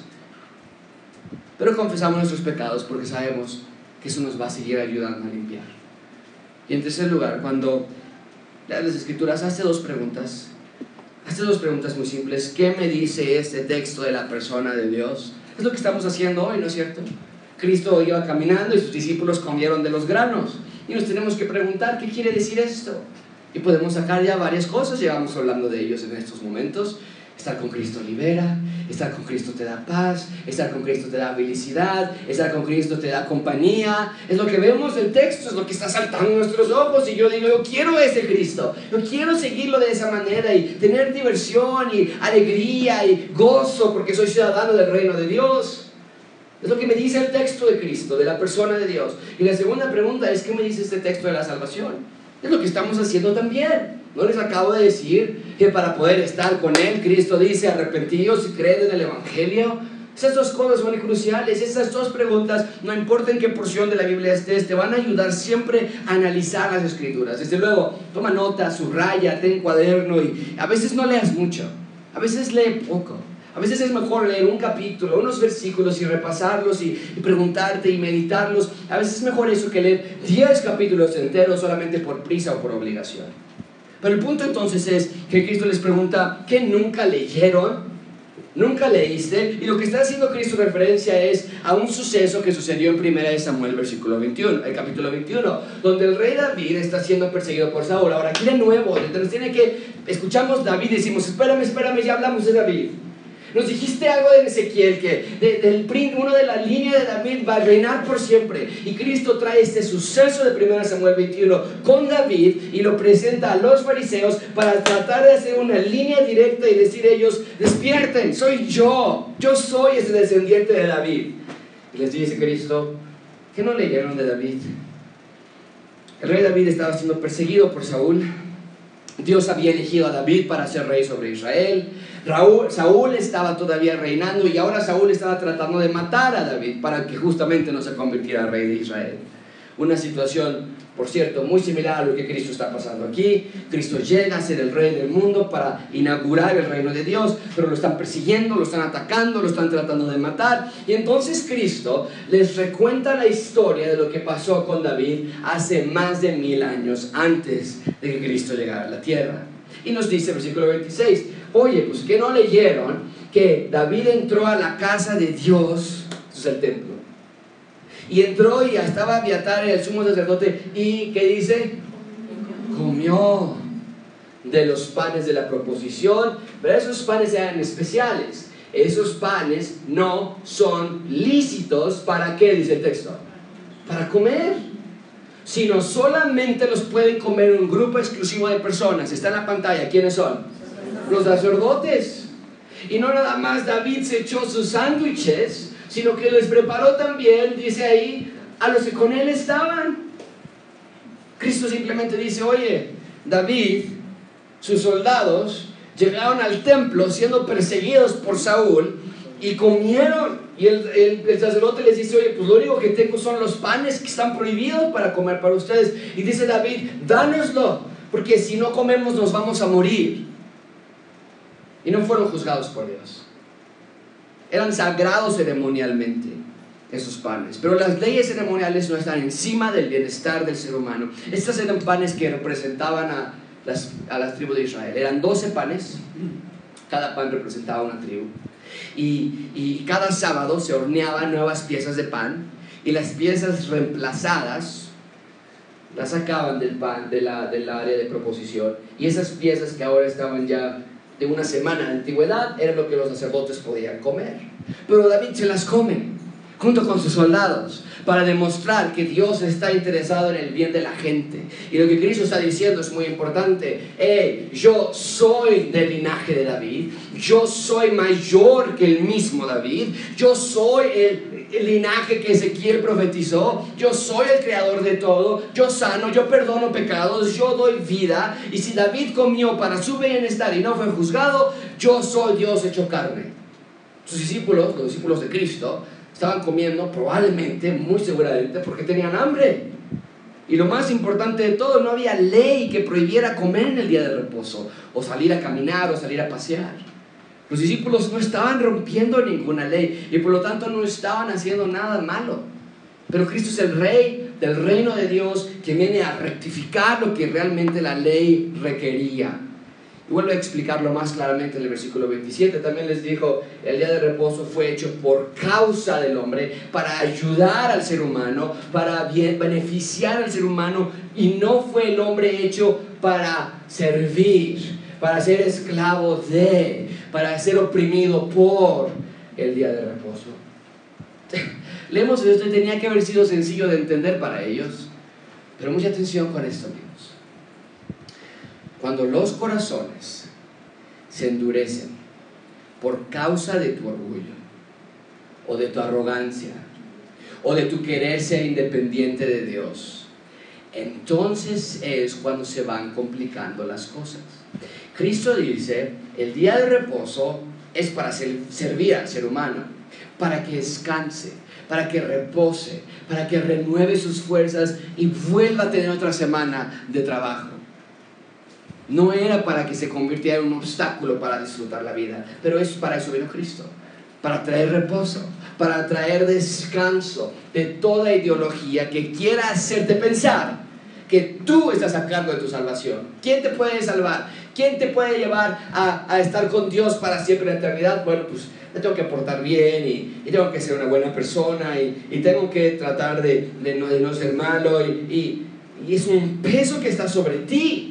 Pero confesamos nuestros pecados porque sabemos que eso nos va a seguir ayudando a limpiar. Y en tercer lugar, cuando leas las Escrituras, hazte dos preguntas. Hazte dos preguntas muy simples. ¿Qué me dice este texto de la persona de Dios? Es lo que estamos haciendo hoy, ¿no es cierto? Cristo iba caminando y sus discípulos comieron de los granos. Y nos tenemos que preguntar, ¿qué quiere decir esto? Y podemos sacar ya varias cosas. Llevamos hablando de ellos en estos momentos. Estar con Cristo libera, estar con Cristo te da paz, estar con Cristo te da felicidad, estar con Cristo te da compañía. Es lo que vemos del texto, es lo que está saltando en nuestros ojos. Y yo digo, yo quiero ese Cristo, yo quiero seguirlo de esa manera y tener diversión y alegría y gozo porque soy ciudadano del reino de Dios. Es lo que me dice el texto de Cristo, de la persona de Dios. Y la segunda pregunta es, ¿qué me dice este texto de la salvación? Es lo que estamos haciendo también. ¿No les acabo de decir que para poder estar con Él, Cristo dice, arrepentíos y creed en el Evangelio? Esas dos cosas son cruciales. Esas dos preguntas, no importa en qué porción de la Biblia estés, te van a ayudar siempre a analizar las Escrituras. Desde luego, toma nota, subraya, ten cuaderno y a veces no leas mucho, a veces lee poco. A veces es mejor leer un capítulo, unos versículos y repasarlos y, y preguntarte y meditarlos. A veces es mejor eso que leer diez capítulos enteros solamente por prisa o por obligación. Pero el punto entonces es que Cristo les pregunta, ¿qué nunca leyeron? ¿Nunca leíste? Y lo que está haciendo Cristo referencia es a un suceso que sucedió en primera de Samuel, versículo veintiuno, el capítulo veintiuno, donde el rey David está siendo perseguido por Saúl. Ahora aquí de nuevo, entonces tiene que, escuchamos David y decimos, espérame, espérame, ya hablamos de David. Nos dijiste algo de Ezequiel, que de, del, uno de la línea de David va a reinar por siempre. Y Cristo trae este suceso de primera Samuel veintiuno con David y lo presenta a los fariseos para tratar de hacer una línea directa y decir ellos, despierten, soy yo, yo soy ese descendiente de David. Y les dice Cristo, ¿qué no leyeron de David? El rey David estaba siendo perseguido por Saúl. Dios había elegido a David para ser rey sobre Israel. Raúl, Saúl estaba todavía reinando y ahora Saúl estaba tratando de matar a David para que justamente no se convirtiera en rey de Israel. Una situación, por cierto, muy similar a lo que Cristo está pasando aquí. Cristo llega a ser el rey del mundo para inaugurar el reino de Dios, pero lo están persiguiendo, lo están atacando, lo están tratando de matar. Y entonces Cristo les recuenta la historia de lo que pasó con David hace más de mil años antes de que Cristo llegara a la tierra. Y nos dice, versículo veintiséis, oye, pues que no leyeron que David entró a la casa de Dios, eso es el templo, y entró y ya estaba Abiatar, el sumo sacerdote, y ¿qué dice? Comió. de los panes de la proposición, pero esos panes eran especiales. Esos panes no son lícitos. ¿Para qué? Dice el texto. Para comer. Sino solamente los pueden comer un grupo exclusivo de personas. Está en la pantalla. ¿Quiénes son? Los sacerdotes. Y no nada más David se echó sus sándwiches, sino que les preparó también, dice ahí, a los que con él estaban. Cristo simplemente dice, oye, David, sus soldados llegaron al templo siendo perseguidos por Saúl y comieron. Y el, el, el sacerdote les dice, oye, pues lo único que tengo son los panes que están prohibidos para comer para ustedes. Y dice David, dánoslo, porque si no comemos nos vamos a morir. Y no fueron juzgados por Dios. Eran sagrados ceremonialmente esos panes, pero las leyes ceremoniales no están encima del bienestar del ser humano. Estas eran panes que representaban a las, a las tribus de Israel. Eran doce panes, cada pan representaba una tribu, y, y cada sábado se horneaban nuevas piezas de pan, y las piezas reemplazadas las sacaban del pan, de la, del área de proposición, y esas piezas que ahora estaban ya de una semana de antigüedad eran lo que los sacerdotes podían comer. Pero David se las come junto con sus soldados para demostrar que Dios está interesado en el bien de la gente. Y lo que Cristo está diciendo es muy importante. Hey, yo soy del linaje de David, yo soy mayor que el mismo David, yo soy el, el linaje que Ezequiel profetizó, yo soy el creador de todo, yo sano, yo perdono pecados, yo doy vida. Y si David comió para su bienestar y no fue juzgado, yo soy Dios hecho carne. Sus discípulos, los discípulos de Cristo, estaban comiendo probablemente, muy seguramente, porque tenían hambre. Y lo más importante de todo, no había ley que prohibiera comer en el día de reposo, o salir a caminar, o salir a pasear. Los discípulos no estaban rompiendo ninguna ley, y por lo tanto no estaban haciendo nada malo. Pero Cristo es el Rey del reino de Dios, que viene a rectificar lo que realmente la ley requería. Y vuelvo a explicarlo más claramente en el versículo veintisiete. También les dijo, el día de reposo fue hecho por causa del hombre, para ayudar al ser humano, para bien, beneficiar al ser humano, y no fue el hombre hecho para servir, para ser esclavo de, para ser oprimido por el día de reposo. Leemos esto y tenía que haber sido sencillo de entender para ellos, pero mucha atención con esto, amigos. Cuando los corazones se endurecen por causa de tu orgullo, o de tu arrogancia, o de tu querer ser independiente de Dios, entonces es cuando se van complicando las cosas. Cristo dice, el día de reposo es para servir al ser humano, para que descanse, para que repose, para que renueve sus fuerzas y vuelva a tener otra semana de trabajo. No era para que se convirtiera en un obstáculo para disfrutar la vida, pero es para eso vino Cristo, para traer reposo, para traer descanso de toda ideología que quiera hacerte pensar que tú estás a cargo de tu salvación. ¿Quién te puede salvar? ¿Quién te puede llevar a, a estar con Dios para siempre en la eternidad? Bueno, pues me tengo que portar bien y, y tengo que ser una buena persona y, y tengo que tratar de, de, no, de no ser malo y, y, y es un peso que está sobre ti.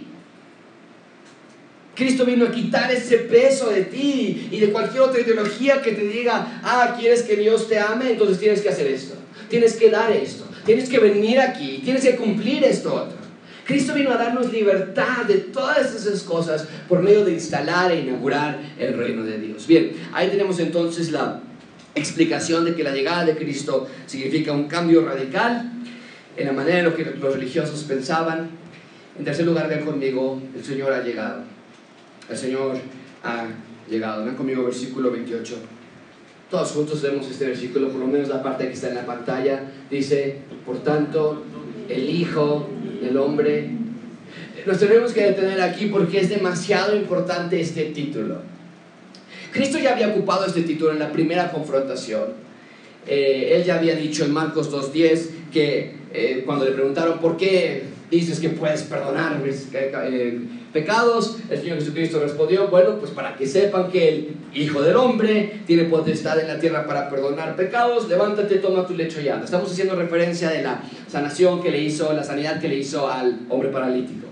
Cristo vino a quitar ese peso de ti y de cualquier otra ideología que te diga, ah, ¿quieres que Dios te ame? Entonces tienes que hacer esto, tienes que dar esto, tienes que venir aquí, tienes que cumplir esto otro. Cristo vino a darnos libertad de todas esas cosas por medio de instalar e inaugurar el reino de Dios. Bien, ahí tenemos entonces la explicación de que la llegada de Cristo significa un cambio radical en la manera en la que los religiosos pensaban. En tercer lugar, vean conmigo, el Señor ha llegado. El Señor ha llegado. Ven conmigo, versículo veintiocho. Todos juntos vemos este versículo, por lo menos la parte que está en la pantalla. Dice, por tanto, el Hijo del Hombre. Nos tenemos que detener aquí porque es demasiado importante este título. Cristo ya había ocupado este título en la primera confrontación. Eh, él ya había dicho en Marcos dos diez que eh, cuando le preguntaron por qué dices que puedes perdonar eh, pecados, el Señor Jesucristo respondió, bueno, pues para que sepan que el Hijo del Hombre tiene potestad en la tierra para perdonar pecados, levántate, toma tu lecho y anda. Estamos haciendo referencia de la sanación que le hizo, la sanidad que le hizo al hombre paralítico.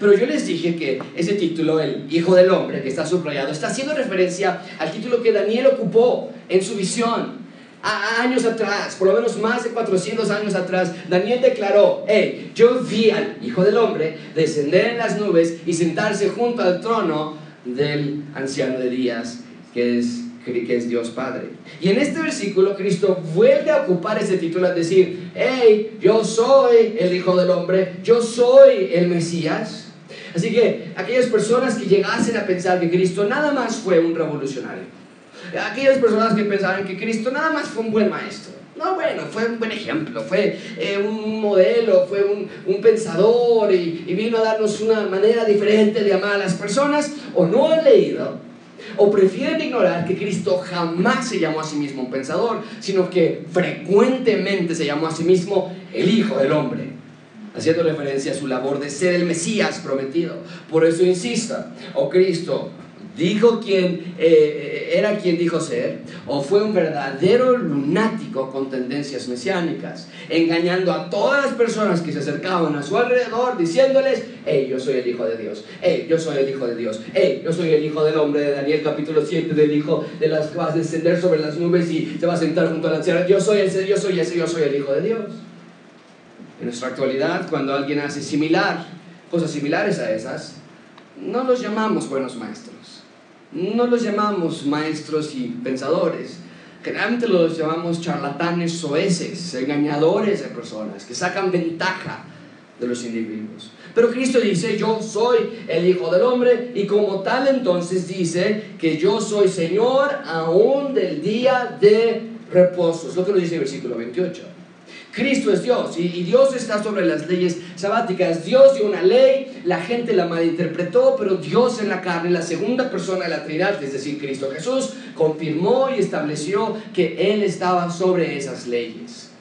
Pero yo les dije que ese título, el Hijo del Hombre, que está subrayado, está haciendo referencia al título que Daniel ocupó en su visión. A años atrás, por lo menos más de cuatrocientos años atrás, Daniel declaró: hey, yo vi al Hijo del Hombre descender en las nubes y sentarse junto al trono del anciano de días, que es, que es Dios Padre. Y en este versículo Cristo vuelve a ocupar ese título al decir: hey, yo soy el Hijo del Hombre, yo soy el Mesías. Así que aquellas personas que llegasen a pensar que Cristo nada más fue un revolucionario, aquellas personas que pensaban que Cristo nada más fue un buen maestro, no, bueno, fue un buen ejemplo, fue eh, un modelo, fue un, un pensador y, y vino a darnos una manera diferente de amar a las personas, o no han leído o prefieren ignorar que Cristo jamás se llamó a sí mismo un pensador, sino que frecuentemente se llamó a sí mismo el Hijo del Hombre, haciendo referencia a su labor de ser el Mesías prometido. Por eso insista: o Cristo dijo quien eh, era quien dijo ser, o fue un verdadero lunático con tendencias mesiánicas, engañando a todas las personas que se acercaban a su alrededor, diciéndoles: hey, yo soy el Hijo de Dios, hey, yo soy el Hijo de Dios, hey, yo soy el Hijo del Hombre, de Daniel capítulo siete, del Hijo de las que va a descender sobre las nubes y se va a sentar junto al anciano. Yo soy ese, yo soy ese, yo soy el Hijo de Dios. En nuestra actualidad, cuando alguien hace similar, cosas similares a esas, no los llamamos buenos maestros, no los llamamos maestros y pensadores, generalmente los llamamos charlatanes soeces, engañadores de personas que sacan ventaja de los individuos. Pero Cristo dice: yo soy el Hijo del Hombre, y como tal entonces dice que yo soy Señor aún del día de reposo. Es lo que nos dice el versículo veintiocho. Cristo es Dios y, y Dios está sobre las leyes sabáticas. Dios dio una ley, la gente la malinterpretó, pero Dios en la carne, la segunda persona de la Trinidad, es decir, Cristo Jesús, confirmó y estableció que Él estaba sobre esas leyes.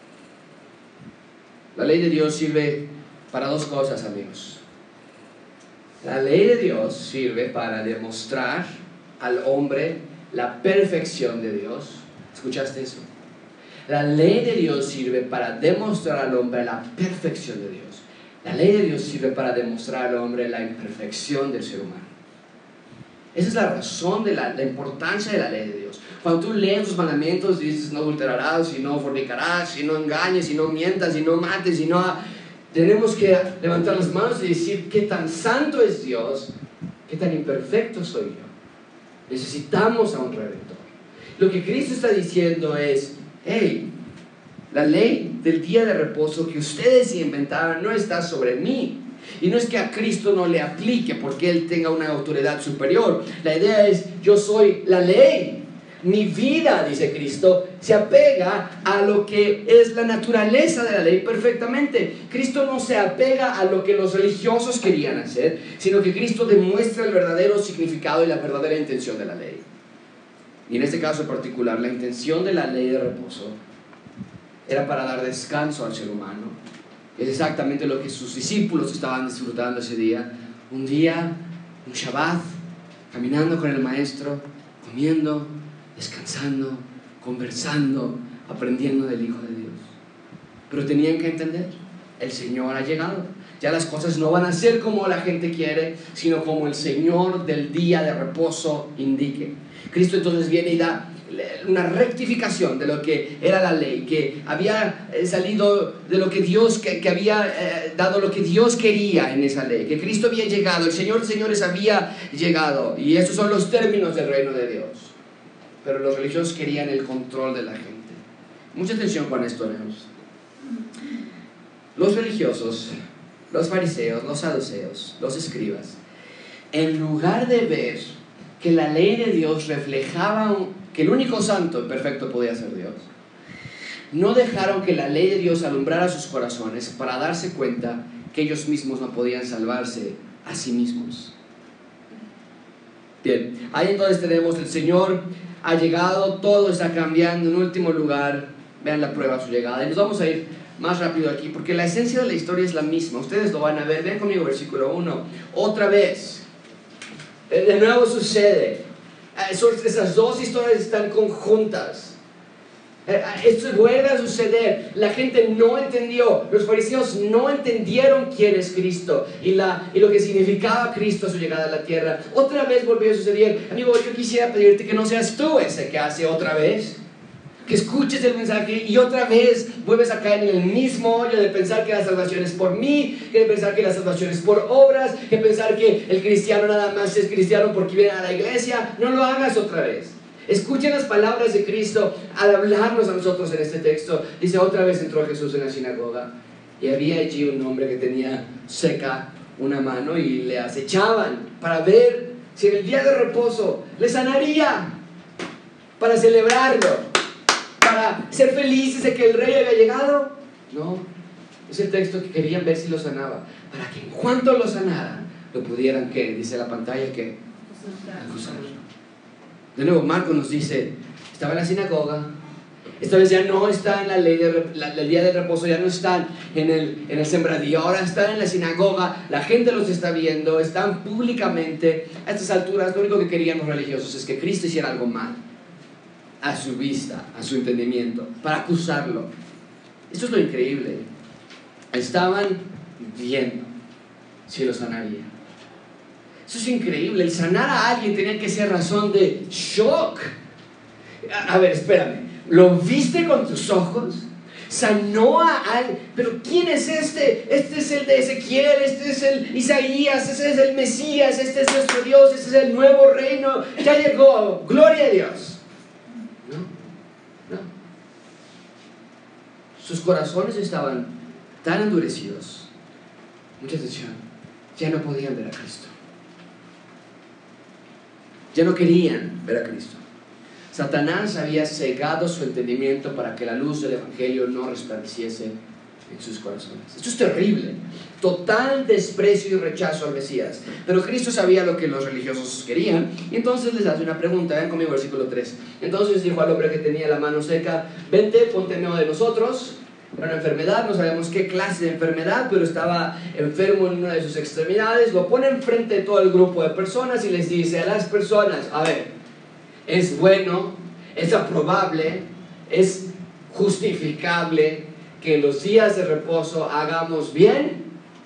La ley de Dios sirve para dos cosas, amigos. La ley de Dios sirve para demostrar al hombre la perfección de Dios. ¿Escuchaste eso? La ley de Dios sirve para demostrar al hombre la perfección de Dios. La ley de Dios sirve para demostrar al hombre la imperfección del ser humano. Esa es la razón de la, la importancia de la ley de Dios. Cuando tú lees los mandamientos, dices: no adulterarás, y no fornicarás, y no engañes, y no mientas, y no mates, y no... Tenemos que levantar las manos y decir: qué tan santo es Dios, qué tan imperfecto soy yo. Necesitamos a un Redentor. Lo que Cristo está diciendo es: hey, la ley del día de reposo que ustedes inventaron no está sobre mí. Y no es que a Cristo no le aplique porque Él tenga una autoridad superior. La idea es: yo soy la ley. Mi vida, dice Cristo, se apega a lo que es la naturaleza de la ley perfectamente. Cristo no se apega a lo que los religiosos querían hacer, sino que Cristo demuestra el verdadero significado y la verdadera intención de la ley. Y en este caso en particular, la intención de la ley de reposo era para dar descanso al ser humano. Es exactamente lo que sus discípulos estaban disfrutando ese día. Un día, un Shabbat, caminando con el Maestro, comiendo, descansando, conversando, aprendiendo del Hijo de Dios. Pero tenían que entender: el Señor ha llegado. Ya las cosas no van a ser como la gente quiere, sino como el Señor del día de reposo indique. Cristo entonces viene y da una rectificación de lo que era la ley, que había salido de lo que Dios, que, que había eh, dado lo que Dios quería en esa ley, que Cristo había llegado, el Señor de señores había llegado, y estos son los términos del reino de Dios. Pero los religiosos querían el control de la gente. Mucha atención con esto, hermanos. Los religiosos, los fariseos, los saduceos, los escribas, en lugar de ver que la ley de Dios reflejaba un, que el único santo y perfecto podía ser Dios, no dejaron que la ley de Dios alumbrara sus corazones para darse cuenta que ellos mismos no podían salvarse a sí mismos. Bien, ahí entonces tenemos: el Señor ha llegado, todo está cambiando. En último lugar, vean la prueba de su llegada. Y nos vamos a ir más rápido aquí, porque la esencia de la historia es la misma. Ustedes lo van a ver. Ven conmigo, versículo uno. Otra vez, de nuevo sucede. Esas dos historias están conjuntas. Esto vuelve a suceder. La gente no entendió, los fariseos no entendieron quién es Cristo y, la, y lo que significaba Cristo a su llegada a la tierra. Otra vez volvió a suceder. Amigo, yo quisiera pedirte que no seas tú ese que hace otra vez, que escuches el mensaje y otra vez vuelves a caer en el mismo hoyo de pensar que la salvación es por mí, que de pensar que la salvación es por obras, que pensar que el cristiano nada más es cristiano porque viene a la iglesia. No lo hagas otra vez. Escuchen las palabras de Cristo al hablarnos a nosotros en este texto. Dice: otra vez entró Jesús en la sinagoga y había allí un hombre que tenía seca una mano y le acechaban para ver si en el día de reposo le sanaría, para celebrarlo, para ser felices de que el rey había llegado. No, es el texto que querían ver si lo sanaba, para que en cuanto lo sanara lo pudieran, ¿qué? Dice la pantalla, que acusarlo. De nuevo, Marcos nos dice: estaba en la sinagoga. Esta vez ya no está en la ley del la, la día del reposo, ya no están en el, en el sembradío, ahora están en la sinagoga, la gente los está viendo, están públicamente. A estas alturas lo único que querían los religiosos es que Cristo hiciera algo mal, a su vista, a su entendimiento, para acusarlo. Esto es lo increíble. Estaban viendo si lo sanaría. Eso es increíble. El sanar a alguien tenía que ser razón de shock. A, a ver, espérame. ¿Lo viste con tus ojos? Sanó a alguien. Pero ¿quién es este? Este es el de Ezequiel, este es el Isaías, este es el Mesías, este es nuestro Dios, este es el nuevo reino. Ya llegó. Gloria a Dios. No, no. Sus corazones estaban tan endurecidos. Mucha atención. Ya no podían ver a Cristo. Ya no querían ver a Cristo. Satanás había cegado su entendimiento para que la luz del Evangelio no resplandeciese en sus corazones. Esto es terrible. Total desprecio y rechazo al Mesías. Pero Cristo sabía lo que los religiosos querían, y entonces les hace una pregunta. Vean conmigo versículo tres. Entonces dijo al hombre que tenía la mano seca: vente, ponte en medio de nosotros. Era una enfermedad, no sabemos qué clase de enfermedad, pero estaba enfermo en una de sus extremidades. Lo pone enfrente de todo el grupo de personas y les dice a las personas: a ver, es bueno, es aprobable, es justificable que en los días de reposo hagamos bien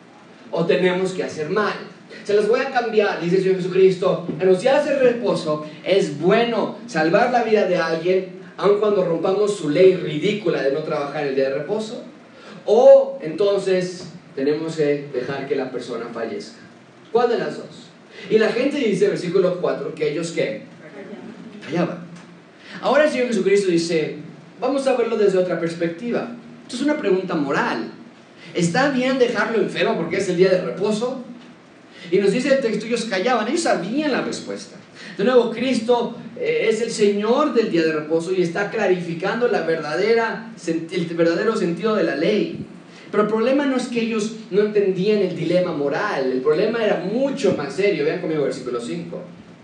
o tenemos que hacer mal. Se los voy a cambiar, dice el Señor Jesucristo. En los días de reposo es bueno salvar la vida de alguien, aun cuando rompamos su ley ridícula de no trabajar en el día de reposo, o entonces tenemos que dejar que la persona fallezca. ¿Cuál de las dos? Y la gente dice, versículo cuatro, que ellos ¿qué? Callaban. Ahora el Señor Jesucristo dice: vamos a verlo desde otra perspectiva. Esto es una pregunta moral. ¿Está bien dejarlo enfermo porque es el día de reposo? Y nos dice el texto: ellos callaban. Ellos sabían la respuesta. De nuevo, Cristo eh, es el Señor del día de reposo y está clarificando la verdadera, el verdadero sentido de la ley. Pero el problema no es que ellos no entendían el dilema moral. El problema era mucho más serio. Vean conmigo versículo cinco.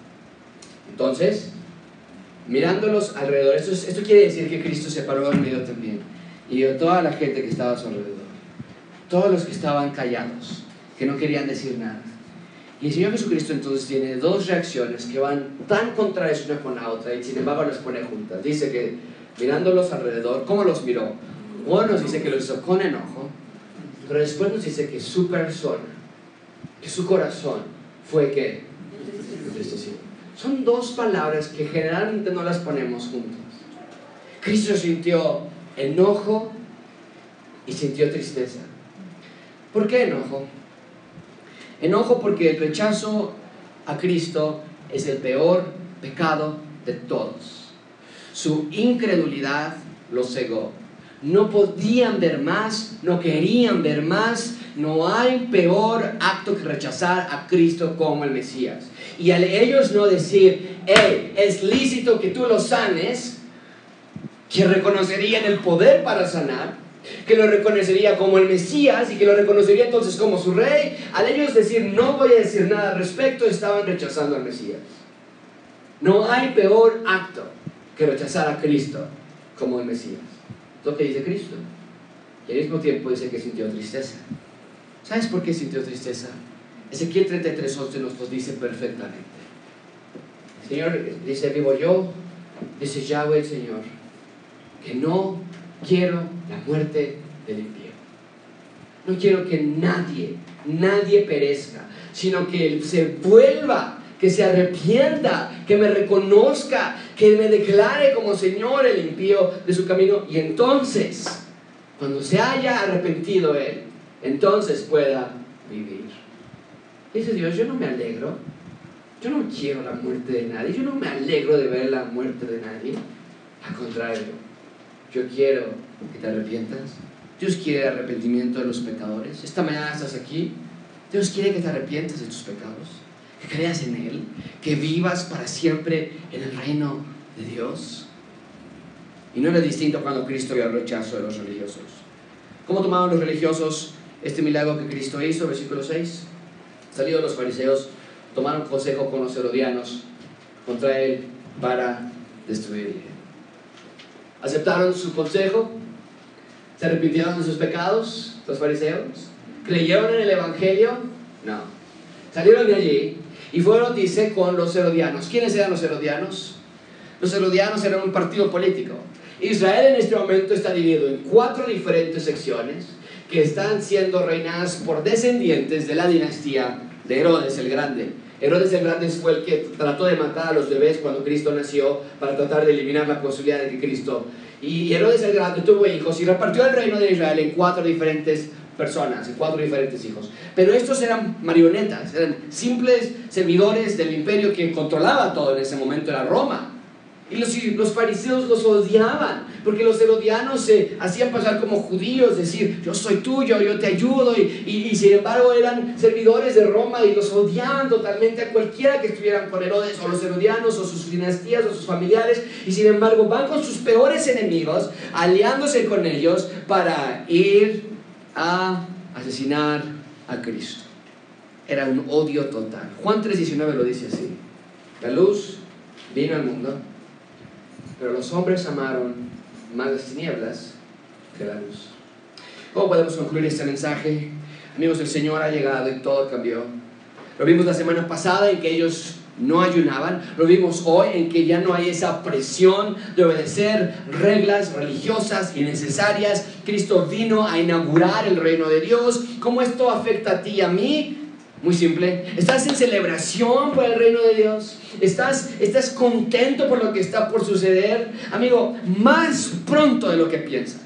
Entonces, mirándolos alrededor, esto, es, esto quiere decir que Cristo se paró en medio también y vio toda la gente que estaba a su alrededor, todos los que estaban callados, que no querían decir nada. Y el Señor Jesucristo entonces tiene dos reacciones que van tan contrarias una con la otra, y sin embargo las pone juntas. Dice que mirándolos alrededor, ¿cómo los miró? Uno nos dice que los hizo con enojo, pero después nos dice que su persona, que su corazón fue que entristecido. Son dos palabras que generalmente no las ponemos juntas. Cristo sintió enojo y sintió tristeza. ¿Por qué enojo? Enojo porque el rechazo a Cristo es el peor pecado de todos. Su incredulidad los cegó. No podían ver más, no querían ver más. No hay peor acto que rechazar a Cristo como el Mesías. Y al ellos no decir: hey, es lícito que tú lo sanes, que reconocerían el poder para sanar, que lo reconocería como el Mesías y que lo reconocería entonces como su rey, al ellos decir: no voy a decir nada al respecto, estaban rechazando al Mesías. No hay peor acto que rechazar a Cristo como el Mesías. Es lo que dice Cristo. Y al mismo tiempo dice que sintió tristeza. ¿Sabes por qué sintió tristeza? Ezequiel treinta y tres once nos lo dice perfectamente. El Señor dice: vivo yo, dice Yahweh el Señor, que no quiero la muerte del impío. No quiero que nadie, nadie perezca, sino que él se vuelva, que se arrepienta, que me reconozca, que me declare como Señor el impío de su camino, y entonces, cuando se haya arrepentido él, entonces pueda vivir. Dice Dios, yo no me alegro, yo no quiero la muerte de nadie, yo no me alegro de ver la muerte de nadie. Al contrario, yo quiero que te arrepientas. Dios quiere arrepentimiento de los pecadores. Esta mañana estás aquí, Dios quiere que te arrepientas de tus pecados, que creas en Él, que vivas para siempre en el reino de Dios. Y no era distinto cuando Cristo vio el rechazo de los religiosos. ¿Cómo tomaron los religiosos este milagro que Cristo hizo? Versículo seis. Salidos los fariseos, tomaron consejo con los herodianos contra Él para destruirle. ¿Aceptaron su consejo? ¿Se arrepintieron de sus pecados los fariseos? ¿Creyeron en el Evangelio? No. Salieron de allí y fueron, dice, con los herodianos. ¿Quiénes eran los herodianos? Los herodianos eran un partido político. Israel en este momento está dividido en cuatro diferentes secciones que están siendo reinadas por descendientes de la dinastía de Herodes el Grande. Herodes el Grande fue el que trató de matar a los bebés cuando Cristo nació para tratar de eliminar la posibilidad de que Cristo... Y Herodes el Grande tuvo hijos y repartió el reino de Israel en cuatro diferentes personas, en cuatro diferentes hijos. Pero estos eran marionetas, eran simples servidores del imperio que controlaba todo en ese momento, era Roma. Y los, los fariseos los odiaban, porque los herodianos se hacían pasar como judíos, decir, yo soy tuyo, yo te ayudo, y, y, y sin embargo eran servidores de Roma y los odiaban totalmente a cualquiera que estuvieran con Herodes, o los herodianos, o sus dinastías, o sus familiares, y sin embargo van con sus peores enemigos, aliándose con ellos para ir a asesinar a Cristo. Era un odio total. Juan tres diecinueve lo dice así: la luz vino al mundo, pero los hombres amaron más las tinieblas que la luz. ¿Cómo podemos concluir este mensaje? Amigos, el Señor ha llegado y todo cambió. Lo vimos la semana pasada en que ellos no ayunaban. Lo vimos hoy en que ya no hay esa presión de obedecer reglas religiosas innecesarias. Cristo vino a inaugurar el reino de Dios. ¿Cómo esto afecta a ti y a mí? Muy simple. ¿Estás en celebración por el reino de Dios? ¿Estás, ¿Estás contento por lo que está por suceder? Amigo, más pronto de lo que piensas.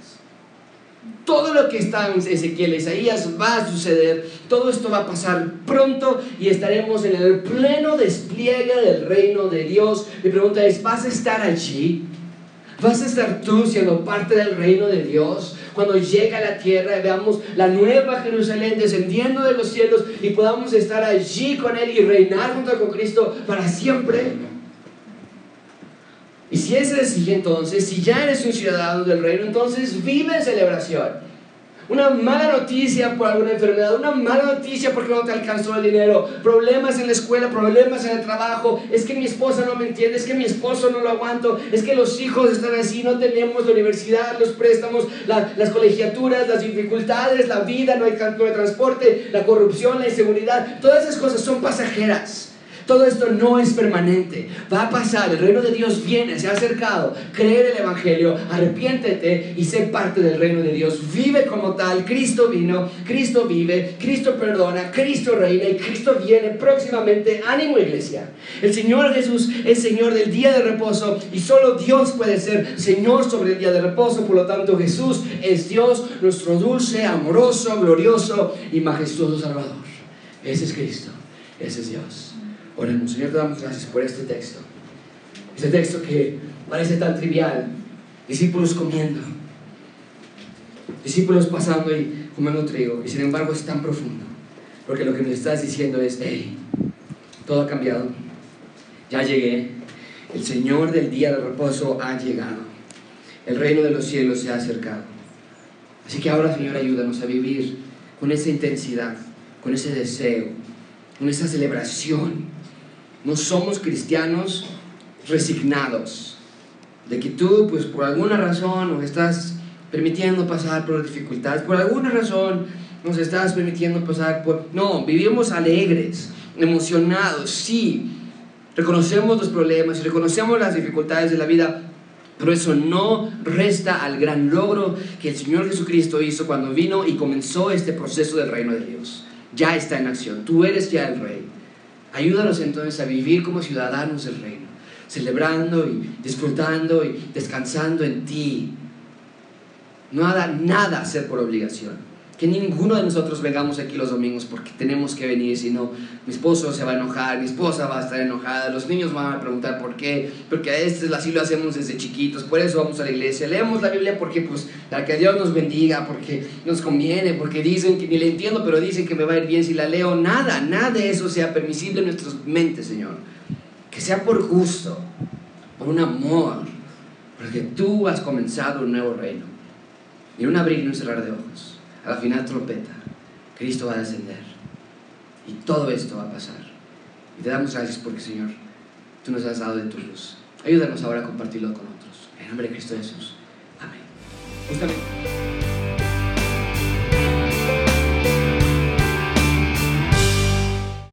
Todo lo que está en Ezequiel, Isaías va a suceder. Todo esto va a pasar pronto y estaremos en el pleno despliegue del reino de Dios. Mi pregunta es, ¿vas a estar allí? ¿Vas a estar tú siendo parte del reino de Dios? Cuando llegue a la tierra y veamos la nueva Jerusalén descendiendo de los cielos y podamos estar allí con Él y reinar junto con Cristo para siempre. Y si ese es así, entonces, si ya eres un ciudadano del reino, entonces vive en celebración. Una mala noticia por alguna enfermedad, una mala noticia porque no te alcanzó el dinero, problemas en la escuela, problemas en el trabajo, es que mi esposa no me entiende, es que mi esposo no lo aguanto, es que los hijos están así, no tenemos la universidad, los préstamos, la, las colegiaturas, las dificultades, la vida, no hay, no hay transporte, la corrupción, la inseguridad, todas esas cosas son pasajeras. Todo esto no es permanente, va a pasar, el reino de Dios viene, se ha acercado. Cree el Evangelio, arrepiéntete y sé parte del reino de Dios. Vive como tal, Cristo vino, Cristo vive, Cristo perdona, Cristo reina y Cristo viene próximamente. Ánimo, iglesia. El Señor Jesús es Señor del día de reposo y solo Dios puede ser Señor sobre el día de reposo. Por lo tanto, Jesús es Dios, nuestro dulce, amoroso, glorioso y majestuoso Salvador. Ese es Cristo, ese es Dios. Oremos. Señor, te damos gracias por este texto. Este texto que parece tan trivial. Discípulos comiendo, discípulos pasando y comiendo trigo, y sin embargo es tan profundo, porque lo que nos estás diciendo es: hey, todo ha cambiado, ya llegué, el Señor del día de reposo ha llegado, el reino de los cielos se ha acercado. Así que ahora, Señor, ayúdanos a vivir con esa intensidad, con ese deseo, con esa celebración. No somos cristianos resignados de que tú, pues por alguna razón, nos estás permitiendo pasar por dificultades, por alguna razón nos estás permitiendo pasar por... No, vivimos alegres, emocionados, sí, reconocemos los problemas, reconocemos las dificultades de la vida, Pero eso no resta al gran logro que el Señor Jesucristo hizo cuando vino y comenzó este proceso del reino de Dios. Ya está en acción. Tú eres ya el Rey. Ayúdanos entonces a vivir como ciudadanos del reino, celebrando y disfrutando y descansando en ti. No haga nada hacer por obligación. Que ninguno de nosotros vengamos aquí los domingos porque tenemos que venir, si no, mi esposo se va a enojar, mi esposa va a estar enojada, los niños van a preguntar por qué, porque a este así lo hacemos desde chiquitos, por eso vamos a la iglesia, leemos la Biblia porque, pues, para que Dios nos bendiga, porque nos conviene, porque dicen que ni le entiendo, pero dicen que me va a ir bien si la leo. Nada, nada de eso sea permisible en nuestras mentes, Señor. Que sea por gusto, por un amor, porque tú has comenzado un nuevo reino. Y un abrir y un cerrar de ojos. A la final trompeta, Cristo va a descender y todo esto va a pasar. Y te damos gracias porque, Señor, tú nos has dado de tu luz. Ayúdanos ahora a compartirlo con otros. En nombre de Cristo Jesús. Amén. Justamente.